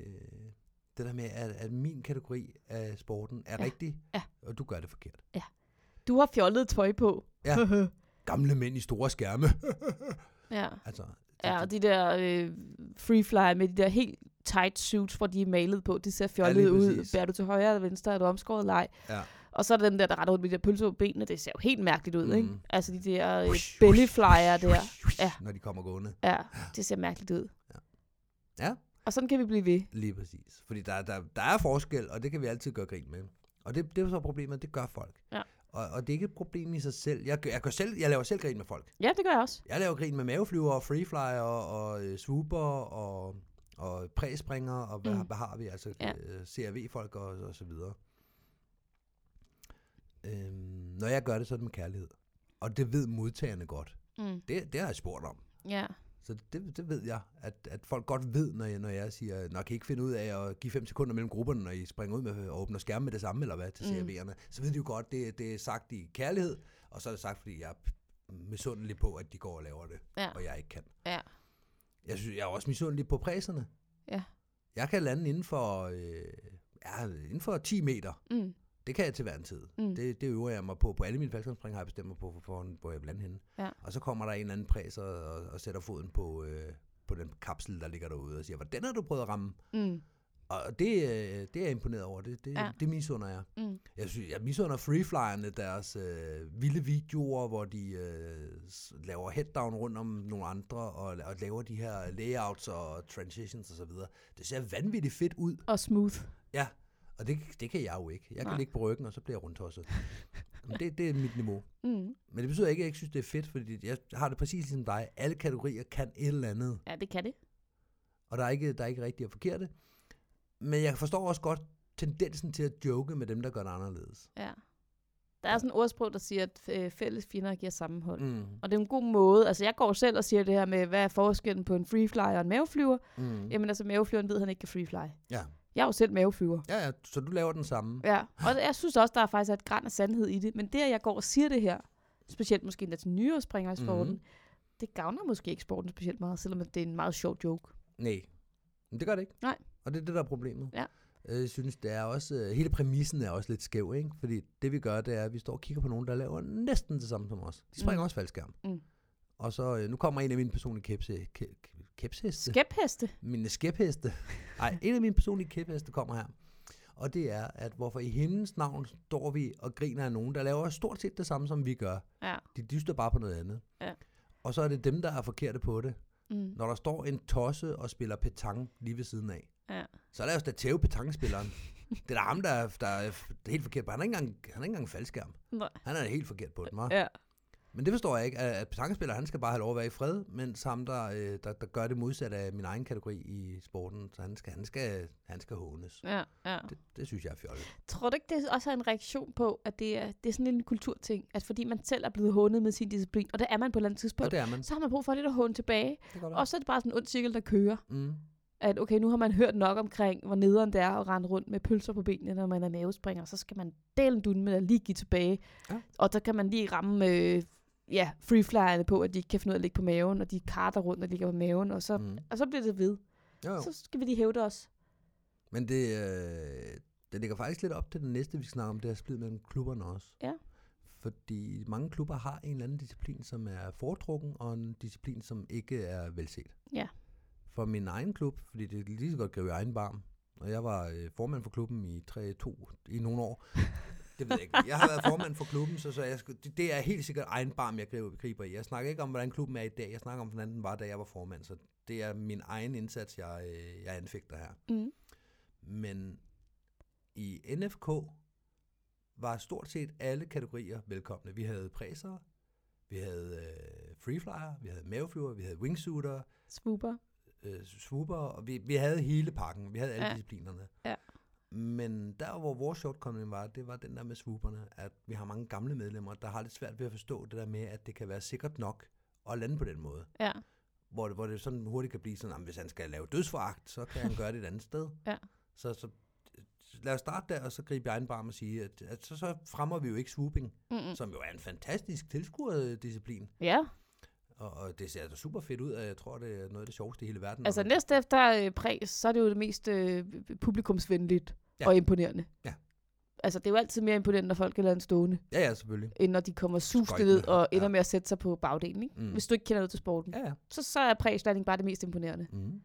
S3: der med, at min kategori af sporten er rigtig, og du gør det forkert.
S2: Ja. Du har fjollet tøj på.
S3: Ja. Gamle mænd i store skærme.
S2: Ja.
S3: Altså,
S2: og de der freefly med de der helt tight suits, hvor de er malet på, det ser fjollet ud. Bærer du til højre eller venstre, er du omskåret eller ej? Ja. Og så er der dem der retter rundt med de der pølser på benene, det ser jo helt mærkeligt ud, ikke? Altså de der bellyflyer der. Ja.
S3: Når de kommer gående.
S2: Ja, det ser mærkeligt ud.
S3: Ja.
S2: Og sådan kan vi blive ved.
S3: Lige præcis. Fordi der er forskel, og det kan vi altid gøre grin med. Og det er så problemet, det gør folk. Ja. Og det er ikke et problem i sig selv. Jeg laver selv grin med folk.
S2: Ja, det gør jeg også.
S3: Jeg laver grin med maveflyver og freeflyer og swooper og præspringer og hvad har vi? Altså CRV-folk og så videre. Når jeg gør det, så er det med kærlighed. Og det ved modtagerne godt. Det har jeg spurgt om.
S2: Ja.
S3: Så det ved jeg, at folk godt ved, når jeg siger, når kan I ikke finde ud af at give 5 sekunder mellem grupperne, når I springer ud med og åbner skærme med det samme, eller hvad, til CRV'erne. Så ved de jo godt, det er sagt i kærlighed, og så er det sagt, fordi jeg er misundelig på, at de går og laver det, og jeg ikke kan. Ja. Jeg er også misundelig på præserne. Ja. Jeg kan lande inden for 10 meter. Det kan jeg til hver en tid. Det øver jeg mig på. På alle mine faldskærmsspring har jeg bestemt mig på forhånd, hvor jeg vil lande henne. Ja. Og så kommer der en eller anden præser og sætter foden på den kapsel, der ligger derude, og siger, hvordan har du prøvet at ramme? Og det er jeg imponeret over. Det misunder jeg. Jeg misunder freeflyerne, deres vilde videoer, hvor de laver head-down rundt om nogle andre, og laver de her layouts og transitions osv. Det ser vanvittigt fedt ud.
S2: Og smooth.
S3: Ja. Og det kan jeg jo ikke. Jeg kan ligge på ryggen, og så bliver jeg rundtosset. Det er mit niveau. Men det betyder ikke, at jeg ikke synes, det er fedt, fordi jeg har det præcis ligesom dig. Alle kategorier kan et eller andet.
S2: Ja, det kan det.
S3: Og der er ikke rigtigt og forkerte. Men jeg forstår også godt tendensen til at joke med dem, der gør det anderledes. Ja.
S2: Der er sådan en ordsprog, der siger, at fælles fjender giver sammenhold. Og det er en god måde. Altså, jeg går selv og siger det her med, hvad er forskellen på en freefly og en maveflyver? Jamen altså, maveflyveren ved, at han ikke kan freefly. Ja. Jeg er jo selv maveflyver.
S3: Ja, så du laver den samme.
S2: Ja, og jeg synes også, der er faktisk et gran af sandhed i det. Men det, at jeg går og siger det her, specielt måske endda til nyere springere i sporten, det gavner måske ikke sporten specielt meget, selvom det er en meget sjov joke.
S3: Nej, men det gør det ikke.
S2: Nej.
S3: Og det er det, der er problemet.
S2: Ja.
S3: Jeg synes, det er også, hele præmissen er også lidt skæv, ikke? Fordi det vi gør, det er, at vi står og kigger på nogen, der laver næsten det samme som os. De springer også faldskærm. Og så, nu kommer en af mine personlige kæpheste.
S2: Skæpheste?
S3: Mine skæpheste. Nej, en af mine personlige kæpheste kommer her. Og det er, at hvorfor i himlens navn står vi og griner af nogen, der laver stort set det samme, som vi gør.
S2: Ja.
S3: De dyster bare på noget andet.
S2: Ja.
S3: Og så er det dem, der er forkerte på det. Når der står en tosse og spiller petanque lige ved siden af, så er der jo Statæve petanquespilleren. Det er da ham, der er helt forkert på. Han er ikke engang faldskærm.
S2: Nej.
S3: Han er helt forkert på den, hva'?
S2: Ja.
S3: Men det forstår jeg ikke, at petanquespiller, han skal bare have lov at være i fred, mens ham, der gør det modsatte af min egen kategori i sporten, så han skal hånes.
S2: Ja.
S3: Det synes jeg er fjollet.
S2: Tror du ikke, det også er en reaktion på, at det er sådan en kulturting, at fordi man selv er blevet hånet med sin disciplin, og det er man på et eller andet tidspunkt, så har man brug for lidt at håne tilbage, og så er det bare sådan en ond cirkel, der kører. At okay, nu har man hørt nok omkring, hvor nederen det er at rende rundt med pølser på benene, når man er mavespringer, så skal man delen dunde med at lige give tilbage. Ja. Og så kan man lige ramme freeflyerne på, at de ikke kan finde ud af at ligge på maven, og de karter rundt og ligger på maven, og så bliver det ved. Jo. Så skal vi lige hæve det også.
S3: Men det ligger faktisk lidt op til den næste, vi snakker om, det er splid mellem klubberne også. Ja. Fordi mange klubber har en eller anden disciplin, som er foretrukken, og en disciplin, som ikke er velset. Ja. For min egen klub, fordi det er lige så godt gribe i egen barm, og jeg var formand for klubben i nogle år. Det ved jeg ikke. Jeg har været formand for klubben, så det er helt sikkert egen barm, jeg griber i. Jeg snakker ikke om, hvordan klubben er i dag. Jeg snakker om, hvordan den var, da jeg var formand. Så det er min egen indsats, jeg anfægter her. Men i NFK var stort set alle kategorier velkomne. Vi havde præsere, vi havde freeflyer, vi havde maveflyver, vi havde wingsuiter, swooper, og vi havde hele pakken. Vi havde alle disciplinerne. Ja. Men der, hvor vores shortcoming var, det var den der med swooperne, at vi har mange gamle medlemmer, der har lidt svært ved at forstå det der med, at det kan være sikkert nok at lande på den måde. Ja. Hvor det sådan hurtigt kan blive sådan, at hvis han skal lave dødsforagt, så kan han gøre det et andet sted. Ja. Så lad os starte der, og så gribe i egen barm og sige, at så fremmer vi jo ikke swooping, som jo er en fantastisk tilskuerdisciplin. Ja. Og det ser altså super fedt ud, og jeg tror, det er noget af det sjoveste i hele verden.
S2: Altså næste efter præs, så er det jo det mest publikumsvenligt og imponerende. Ja. Altså det er jo altid mere imponerende, når folk er lavet en stående.
S3: Ja, selvfølgelig.
S2: End når de kommer susende ned og ender med at sætte sig på bagdelen, ikke? Hvis du ikke kender noget til sporten. Ja. Så er præslanding bare det mest imponerende.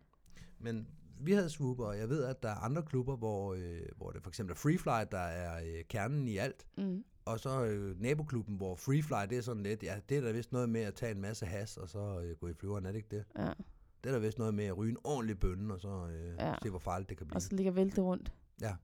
S3: Men vi havde swooper, og jeg ved, at der er andre klubber, hvor det for eksempel er freefly, der er kernen i alt. Og så naboklubben, hvor freefly, det er sådan lidt, ja, det er der vist noget med at tage en masse has, og så gå i flyveren, er det ikke det? Ja. Det er der vist noget med at ryge en ordentlig bønne, og så se, hvor farligt det kan blive.
S2: Og så ligger vælte rundt. Ja.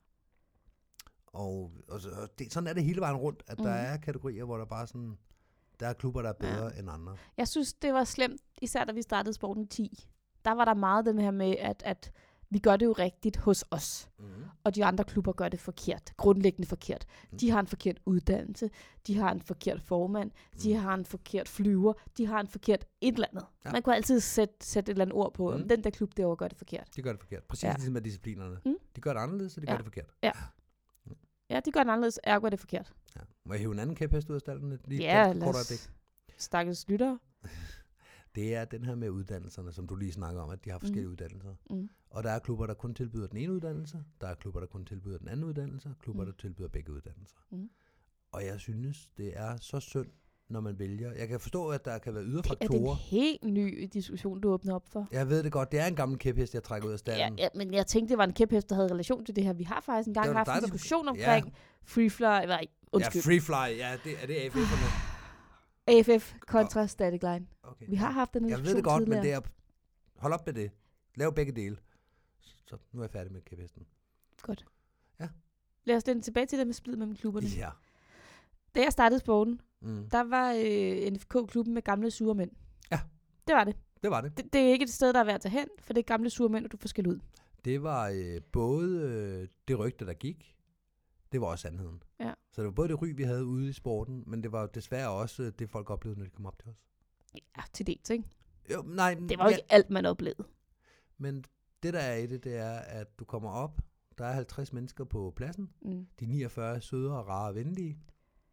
S3: Og sådan er det hele vejen rundt, at der er kategorier, hvor der bare sådan, der er klubber, der er bedre end andre.
S2: Jeg synes, det var slemt, især da vi startede sporten 10. Der var der meget den her med, at vi gør det jo rigtigt hos os, og de andre klubber gør det forkert, grundlæggende forkert. De har en forkert uddannelse, de har en forkert formand, de har en forkert flyver, de har en forkert et eller andet. Ja. Man kunne altid sætte et eller andet ord på, om den der klub derovre gør det forkert.
S3: De gør det forkert. Præcis ligesom med disciplinerne. De gør det anderledes, så de gør det forkert.
S2: Ja, de gør det anderledes, ergo er det forkert.
S3: Ja. Må jeg hive en anden kæphest ud af stallen?
S2: Lad os stakkels lyttere.
S3: Det er den her med uddannelserne, som du lige snakker om, at de har forskellige uddannelser. Og der er klubber, der kun tilbyder den ene uddannelse, der er klubber, der kun tilbyder den anden uddannelse, klubber, der tilbyder begge uddannelser. Og jeg synes, det er så synd, når man vælger. Jeg kan forstå, at der kan være yderfaktorer.
S2: Det er en helt ny diskussion, du åbner op for.
S3: Jeg ved det godt. Det er en gammel kæphest, jeg trækker ud af stallen.
S2: Ja, men jeg tænkte, det var en kæphest, der havde relation til det her. Vi har faktisk engang haft en diskussion omkring freefly. Undskyld.
S3: Ja, freefly. Ja, er det AFF'erne?
S2: AFF kontra static line. Okay. Vi har haft den diskussion tidligere.
S3: Jeg ved det godt, men det er... Hold op med det. Lav begge dele. Så nu er jeg færdig med kæphesten.
S2: Godt. Ja. Lad os den tilbage til det med splid mellem klubberne. Ja. Da jeg startede sporten, der var NFK-klubben med gamle sure mænd. Ja. Det var det.
S3: Det var det.
S2: Det er ikke et sted, der er værd at tage hen, for det er gamle sure mænd, og du får skæld ud.
S3: Det var både det rygte, der gik. Det var også sandheden. Ja. Så det var både det ry, vi havde ude i sporten, men det var desværre også det, folk oplevede, når de kom op til os. Ja,
S2: til dels, ikke?
S3: Jo, nej.
S2: Det var jo ikke alt, man oplevede.
S3: Men det, der er i det, det er, at du kommer op, der er 50 mennesker på pladsen. De 49 er søde og rare og venlige.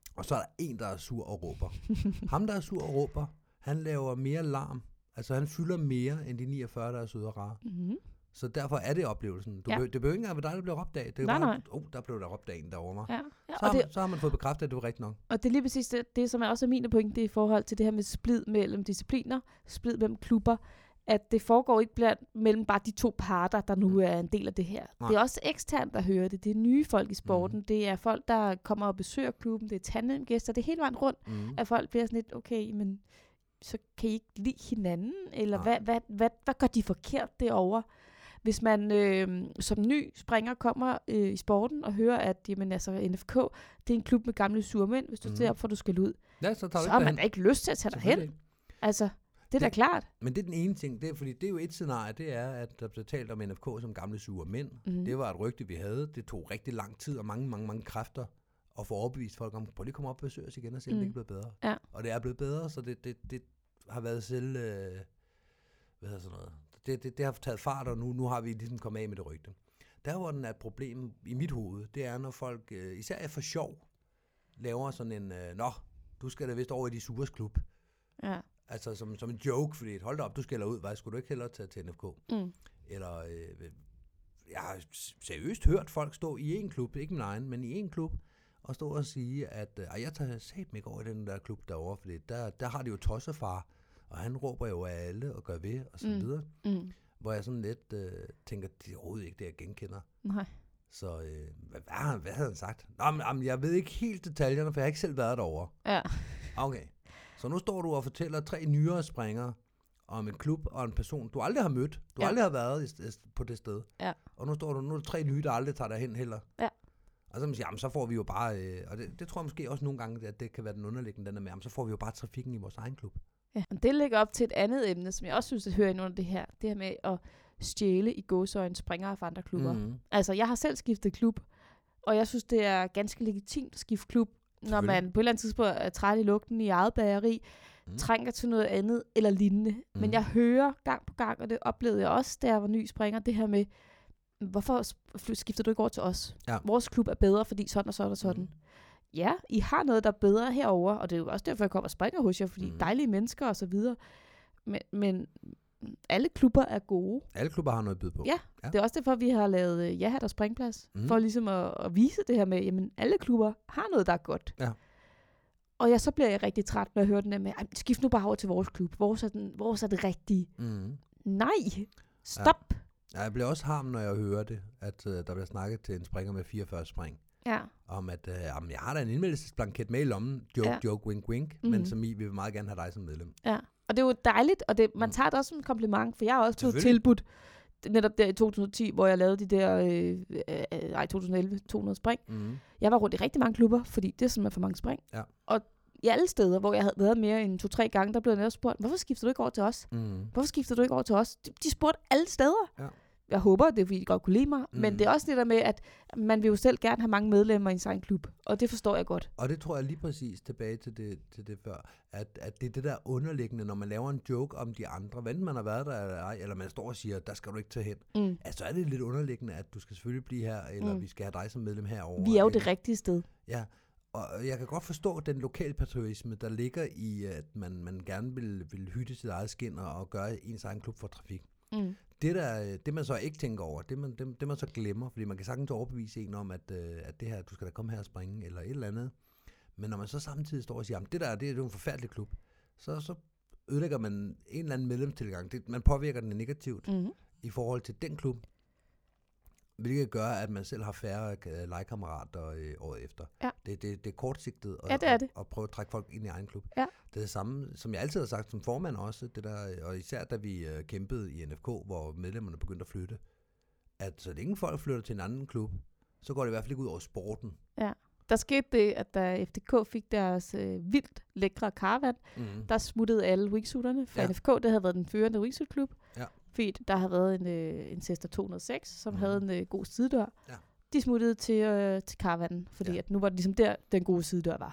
S3: Og så er der en, der er sur og råber. Ham, der er sur og råber, han laver mere larm. Altså han fylder mere end de 49, der er søde og rare.
S2: Mm-hmm.
S3: Så derfor er det oplevelsen. Det behøver ikke engang være dig, der bliver råbt af. Det er bare, der blev der råbt af en derovre mig.
S2: Ja.
S3: Så har man fået bekræftet, at det var rigtigt nok.
S2: Og det er lige præcis det, som er også mine pointe i forhold til det her med splid mellem discipliner, splid mellem klubber, at det foregår ikke mellem bare de to parter, der nu er en del af det her. Nej. Det er også eksternt, der hører det. Det er nye folk i sporten. Det er folk, der kommer og besøger klubben. Det er tandemgæster. Det er hele vejen rundt, at folk bliver sådan lidt, okay, men så kan I ikke lide hinanden? Eller hvad gør de forkert derovre? Hvis man som ny springer kommer i sporten og hører, at jamen, altså, NFK, det er en klub med gamle surmænd, hvis du ser op for, at du skal ud,
S3: ja, så
S2: har man da ikke lyst til at tage dig hen. Altså, det er da klart.
S3: Men det er den ene ting, fordi det er jo et scenarie, det er, at der blev talt om NFK som gamle sure mænd. Det var et rygte, vi havde. Det tog rigtig lang tid og mange kræfter at få overbevist folk om, prøv lige at komme op og besøge os igen og se, om det ikke er blevet bedre. Ja. Og det er blevet bedre, så det har været selv, hvad hedder sådan noget, det har taget fart, og nu har vi ligesom kommet af med det rygte. Der hvor den er et problem i mit hoved, det er, når folk, især er for sjov, laver sådan en, du skal da vist over i de Supers klub. Ja. Altså som en joke, fordi hold da op, du skal ud, hvad skulle du ikke hellere tage til NFK? Eller, jeg har seriøst hørt folk stå i en klub, ikke min egen, men i en klub, og stå og sige, at jeg tager satme ikke over i den der klub derovre, fordi der har de jo tossefar, og han råber jo af alle og gør ved, og så videre. Hvor jeg sådan lidt tænker, det er overhovedet ikke det, jeg genkender. Nej. Så hvad havde han sagt? Nå, jeg ved ikke helt detaljerne, for jeg har ikke selv været derovre. Ja. Okay. Så nu står du og fortæller 3 nyere springere om en klub og en person, du aldrig har mødt. Du aldrig har været på det sted. Ja. Og nu er der 3 nye, der aldrig tager derhen heller. Ja. Og så man siger, jamen, så får vi jo bare, og det tror jeg måske også nogle gange, at det kan være den underliggende, den der med, jamen, så får vi jo bare trafikken i vores egen klub.
S2: Ja, det ligger op til et andet emne, som jeg også synes, at hører ind under det her med at stjæle i gåseøjne springere fra andre klubber. Altså, jeg har selv skiftet klub, og jeg synes, det er ganske legitimt at skifte klub, når man på et eller andet tidspunkt er træt i lugten i eget bageri, trænger til noget andet eller lignende. Men jeg hører gang på gang, og det oplevede jeg også, da jeg var ny springer, det her med, hvorfor skifter du ikke over til os? Ja. Vores klub er bedre, fordi sådan og sådan og sådan. Ja, I har noget, der er bedre herover, og det er jo også derfor, jeg kommer og springer hos jer, fordi dejlige mennesker og så videre. Men alle klubber er gode.
S3: Alle klubber har noget at byde på.
S2: Ja, det er også derfor, vi har lavet Ja-hat og springplads, for ligesom at vise det her med, jamen alle klubber har noget, der er godt. Ja. Og så bliver jeg rigtig træt, når jeg hører den der med, skift nu bare over til vores klub. Vores er det rigtige. Nej, stop.
S3: Ja, jeg bliver også harm, når jeg hører det, at der bliver snakket til en springer med 44 spring. Ja. Om at, jeg har da en indmeldelsesblanket med i lommen, joke, wink, wink, men som vi vil meget gerne have dig som medlem. Ja, og det er jo dejligt, og man tager det også som en kompliment, for jeg har også fået tilbudt, netop der i 2010, hvor jeg lavede de der, 2011, 200 spring. Jeg var rundt i rigtig mange klubber, fordi det er simpelthen for mange spring. Ja. Og i alle steder, hvor jeg havde været mere end 2-3 gange, der blev jeg netop spurgt, hvorfor skifter du ikke over til os? Hvorfor skifter du ikke over til os? De spurgte alle steder. Ja. Jeg håber, det er, fordi de godt kunne lide mig, men det er også det der med, at man vil jo selv gerne have mange medlemmer i sin egen klub, og det forstår jeg godt. Og det tror jeg lige præcis tilbage til det før, at det er det der underliggende, når man laver en joke om de andre, enten man har været der eller ej, eller man står og siger, der skal du ikke tage hen. Altså er det lidt underliggende, at du skal selvfølgelig blive her, eller vi skal have dig som medlem herovre.
S2: Vi er jo det rigtige sted. Ja,
S3: og jeg kan godt forstå den lokalpatriotisme, der ligger i, at man gerne vil hytte sit eget skin og gøre ens egen klub for trafik. Det man så ikke tænker over, det man så glemmer, fordi man kan sagtens overbevise en om, at det her, du skal da komme her og springe, eller et eller andet. Men når man så samtidig står og siger, det er jo en forfærdelig klub, så ødelægger man en eller anden medlemstilgang. Man påvirker den negativt i forhold til den klub, hvilket gør, at man selv har færre legekammerater året efter. Ja. Det er kortsigtet at prøve at trække folk ind i egen klub. Ja. Det er det samme, som jeg altid har sagt som formand også, det der, og især da vi kæmpede i NFK, hvor medlemmerne begyndte at flytte, at så længe folk flytter til en anden klub, så går det i hvert fald ikke ud over sporten. Ja.
S2: Der skete det, at da FDK fik deres vildt lækre caravan, der smuttede alle wingsuiterne fra NFK. Det havde været den førende wingsuit-klub. Ja. Fordi der havde været en Cessna 206, som havde en god sidedør. Ja. De smuttede til caravanen, fordi at nu var det ligesom der, den gode sidedør var.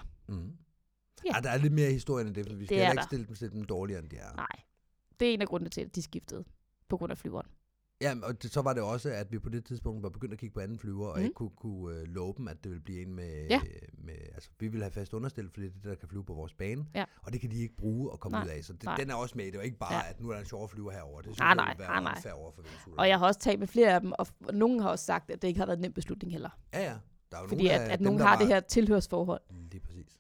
S3: Ja. Der er lidt mere historie end det, for vi skal ikke stille dem dårligere, end de er.
S2: Nej, det er en af grundene til, at de skiftede, på grund af flyveren.
S3: Ja, og så var det også, at vi på det tidspunkt var begyndt at kigge på anden flyver, og ikke kunne love dem, at det ville blive en med...
S2: Ja.
S3: Altså, vi ville have fast understillet, fordi det er det, der kan flyve på vores bane,
S2: Ja.
S3: og det kan de ikke bruge og komme
S2: Nej.
S3: ud af. Så det,
S2: Nej.
S3: den er også med. Det er jo ikke bare, at nu er der en sjovere flyver herover. Det synes jeg
S2: Nej,
S3: vil være
S2: nej.
S3: unfair over for Venezuela.
S2: Og jeg har også talt med flere af dem, og nogen har også sagt, at det ikke har været en nem beslutning heller.
S3: Ja, ja. Der er jo
S2: Fordi
S3: nogle
S2: at
S3: dem,
S2: nogen
S3: der
S2: har
S3: var...
S2: det her tilhørsforhold.
S3: Lige præcis.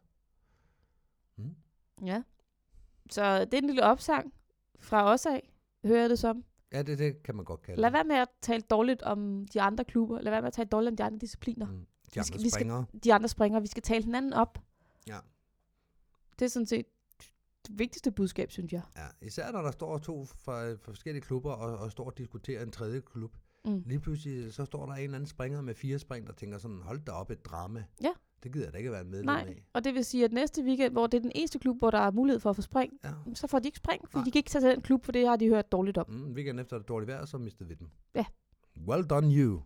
S2: Ja. Så det er en lille opsang fra os af, hører jeg det som.
S3: Ja, det kan man godt kalde
S2: Lad være med at tale dårligt om de andre klubber. Lad være med at tale dårligt om de andre discipliner.
S3: De andre springere.
S2: De andre springere. Vi skal tale hinanden op.
S3: Ja.
S2: Det er sådan set det vigtigste budskab, synes jeg.
S3: Ja, især når der står to fra forskellige klubber og står og diskuterer en tredje klub.
S2: Mm.
S3: Lige pludselig så står der en eller anden springer med 4 spring, der tænker sådan, hold da op, et drama.
S2: Ja.
S3: Det gider jeg da ikke være medlem
S2: Nej,
S3: af.
S2: og det vil sige, at næste weekend, hvor det er den eneste klub, hvor der er mulighed for at få spring,
S3: Ja.
S2: så får de ikke spring, fordi
S3: Nej.
S2: de kan ikke tage til den klub, for det har de hørt dårligt om.
S3: Weekend efter det dårligt vejr, så mistede vi dem.
S2: Ja.
S3: Well done you.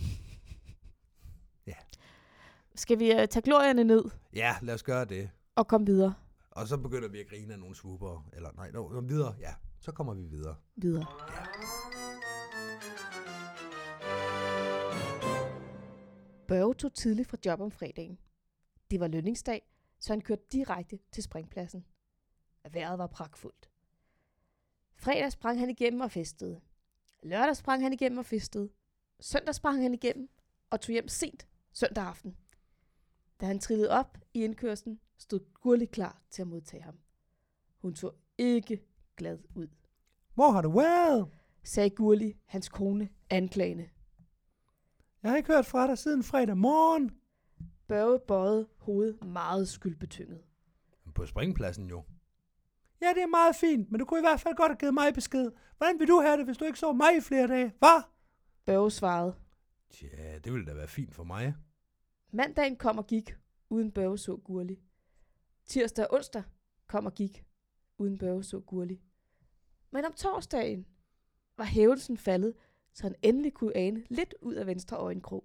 S2: Skal vi tage glorierne ned
S3: Ja, lad os gøre det.
S2: og komme videre?
S3: Og så begynder vi at grine af nogle swooper. Eller nej, videre. Ja, så kommer vi videre.
S2: Videre.
S3: Ja.
S2: Børge tog tidligt fra job om fredagen. Det var lønningsdag, så han kørte direkte til springpladsen. Vejret var pragtfuldt. Fredag sprang han igennem og festede. Lørdag sprang han igennem og festede. Søndag sprang han igennem og tog hjem sent søndag aften. Da han trillede op i indkørslen, stod Gurli klar til at modtage ham. Hun så ikke glad ud,
S3: Hvor har du været?
S2: sagde Gurli, hans kone, anklagende.
S3: Jeg har ikke hørt fra dig siden fredag morgen.
S2: Børge bøjede hovedet meget skyldbetynget.
S3: På springpladsen jo. Ja, det er meget fint, men du kunne i hvert fald godt have givet mig besked. Hvordan vil du have det, hvis du ikke så mig i flere dage? Hvad?
S2: Børge svarede.
S3: Tja, det ville da være fint for mig.
S2: Mandagen kom og gik, uden Børge så Gurli. Tirsdag og onsdag kom og gik, uden Børge så Gurli. Men om torsdagen var hævelsen faldet, så han endelig kunne ane lidt ud af venstre øjenkrog.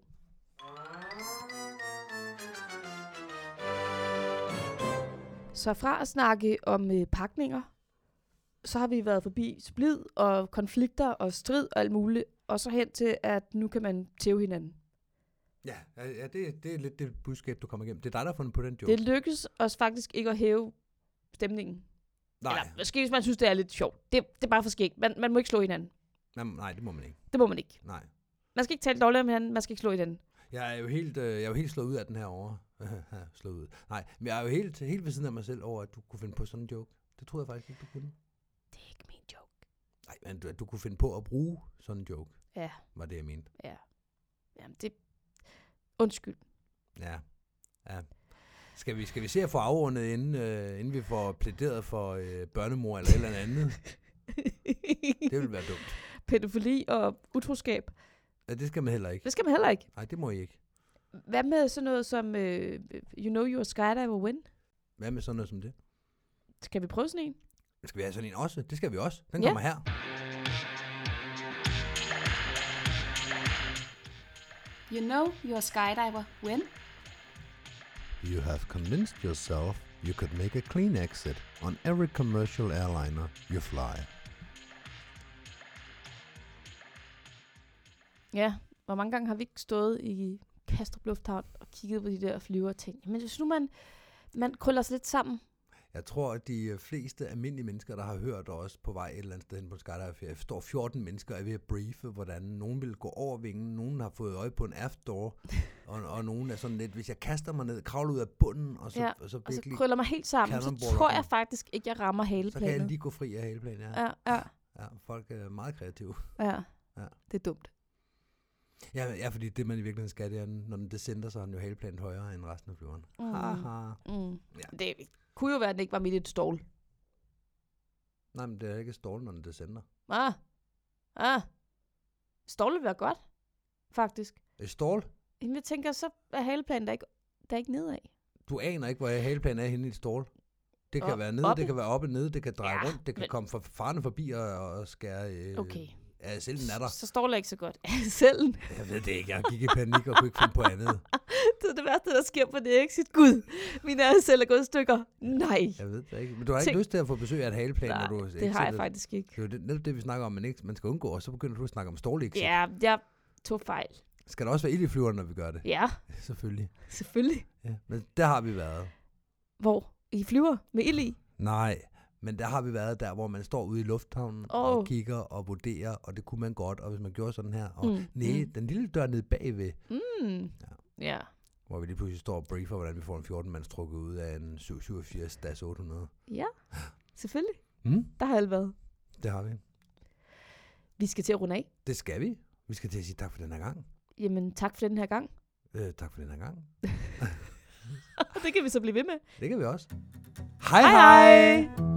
S2: Så fra at snakke om pakninger, så har vi været forbi splid og konflikter og strid og alt muligt, og så hen til, at nu kan man tæve hinanden.
S3: Ja, det er lidt det budskab, du kommer igennem. Det er dig, der har fundet på den joke.
S2: Det lykkes os faktisk ikke at hæve stemningen.
S3: Nej.
S2: Eller måske hvis man synes, det er lidt sjovt. Det er bare for skægt. Man må ikke slå hinanden.
S3: Nej, det må man ikke.
S2: Det må man ikke.
S3: Nej.
S2: Man skal ikke tale dårligt om hinanden, man skal ikke slå hinanden.
S3: Jeg er jo helt slået ud af den her over. Slået ud. Nej, men jeg er jo helt ved siden af mig selv over, at du kunne finde på sådan en joke. Det troede jeg faktisk ikke, du kunne.
S2: Det er ikke min joke.
S3: Nej, men at du kunne finde på at bruge sådan en joke,
S2: Ja,
S3: var det, jeg mente.
S2: ja. Jamen, det... Undskyld.
S3: Ja. Skal vi se at få afrundet, inden vi får plæderet for børnemor eller et eller andet? Det vil være dumt.
S2: Pædofili og utroskab.
S3: Ja, det skal man heller ikke.
S2: Det skal man heller ikke.
S3: Nej, det må I ikke.
S2: Hvad med sådan noget som, you know you're a skydiver win?
S3: Hvad med sådan noget som det?
S2: Skal vi prøve sådan en?
S3: Skal vi have sådan en også? Det skal vi også. Den
S2: Ja.
S3: kommer her.
S2: You know you're a skydiver win?
S3: You have convinced yourself you could make a clean exit on every commercial airliner you fly.
S2: Ja, hvor mange gange har vi ikke stået i Kastrup Lufthavn og kigget på de der flyver og tænkt, men hvis nu man krøller sig lidt sammen.
S3: Jeg tror, at de fleste almindelige mennesker, der har hørt os på vej et eller andet sted hen på skydive-ferie, står 14 mennesker og er ved at briefe, hvordan nogen vil gå over vingen, nogen har fået øje på en aft door, og nogen er sådan lidt, hvis jeg kaster mig ned, kravler ud af bunden, og så,
S2: Ja,
S3: og så
S2: Og så
S3: virkelig,
S2: krøller mig helt sammen, så
S3: cannonball
S2: tror
S3: op.
S2: jeg faktisk ikke, jeg rammer
S3: så kan jeg
S2: haleplanet.
S3: lige gå fri af haleplanen.
S2: Ja.
S3: Ja, folk er meget kreative.
S2: Ja,
S3: Ja.
S2: det er dumt.
S3: Ja, fordi det man i virkeligheden skal, det er, når den descender, så har den jo haleplanen højere end resten af flyveren. Haha.
S2: Ja. Det kunne jo være, at den ikke var midt i et stål.
S3: Nej, men det er ikke stål, når den descender.
S2: Stål vil være godt, faktisk.
S3: Et stål?
S2: Jamen, jeg tænker, så er haleplanen der er ikke nedad.
S3: Du aner ikke, hvor haleplanen er henne i et stål. Det kan være nede,
S2: oppe?
S3: det kan være oppe nede, det kan dreje
S2: Ja,
S3: rundt, det kan komme farne forbi og skære
S2: Okay.
S3: Selen er der.
S2: Så står det ikke så godt. Selen.
S3: Jeg ved det ikke. Jeg gik i panik og kunne ikke finde på andet.
S2: Det er det værste, der sker på det exit. Gud, min selv er gået i stykker. Nej.
S3: Jeg ved det ikke. Men du har ikke lyst til at få besøg af et haleplan,
S2: Nej,
S3: når du
S2: det har jeg faktisk ikke.
S3: Det er jo netop det, vi snakker om, man skal undgå, og så begynder du at snakke om stålig exit.
S2: Ja, jeg tog fejl.
S3: Skal der også være ild i flyveren, når vi gør det?
S2: Ja,
S3: Selvfølgelig.
S2: selvfølgelig.
S3: Ja. Men der har vi været.
S2: Hvor? I flyver med ild i?
S3: Nej, men der har vi været der, hvor man står ude i lufthavnen og kigger og vurderer, og det kunne man godt, og hvis man gjorde sådan her, og den lille dør nede bagved,
S2: Ja.
S3: hvor vi lige pludselig står og briefer, hvordan vi får en 14-mands trukket ud af en 787-800.
S2: Ja, selvfølgelig.
S3: Mm?
S2: Der har alt været.
S3: Det har vi.
S2: Vi skal til at runde af.
S3: Det skal vi. Vi skal til at sige tak for den her gang.
S2: Jamen, tak for den her gang.
S3: Tak for den her gang.
S2: Det kan vi så blive ved med.
S3: Det kan vi også. Hej hej!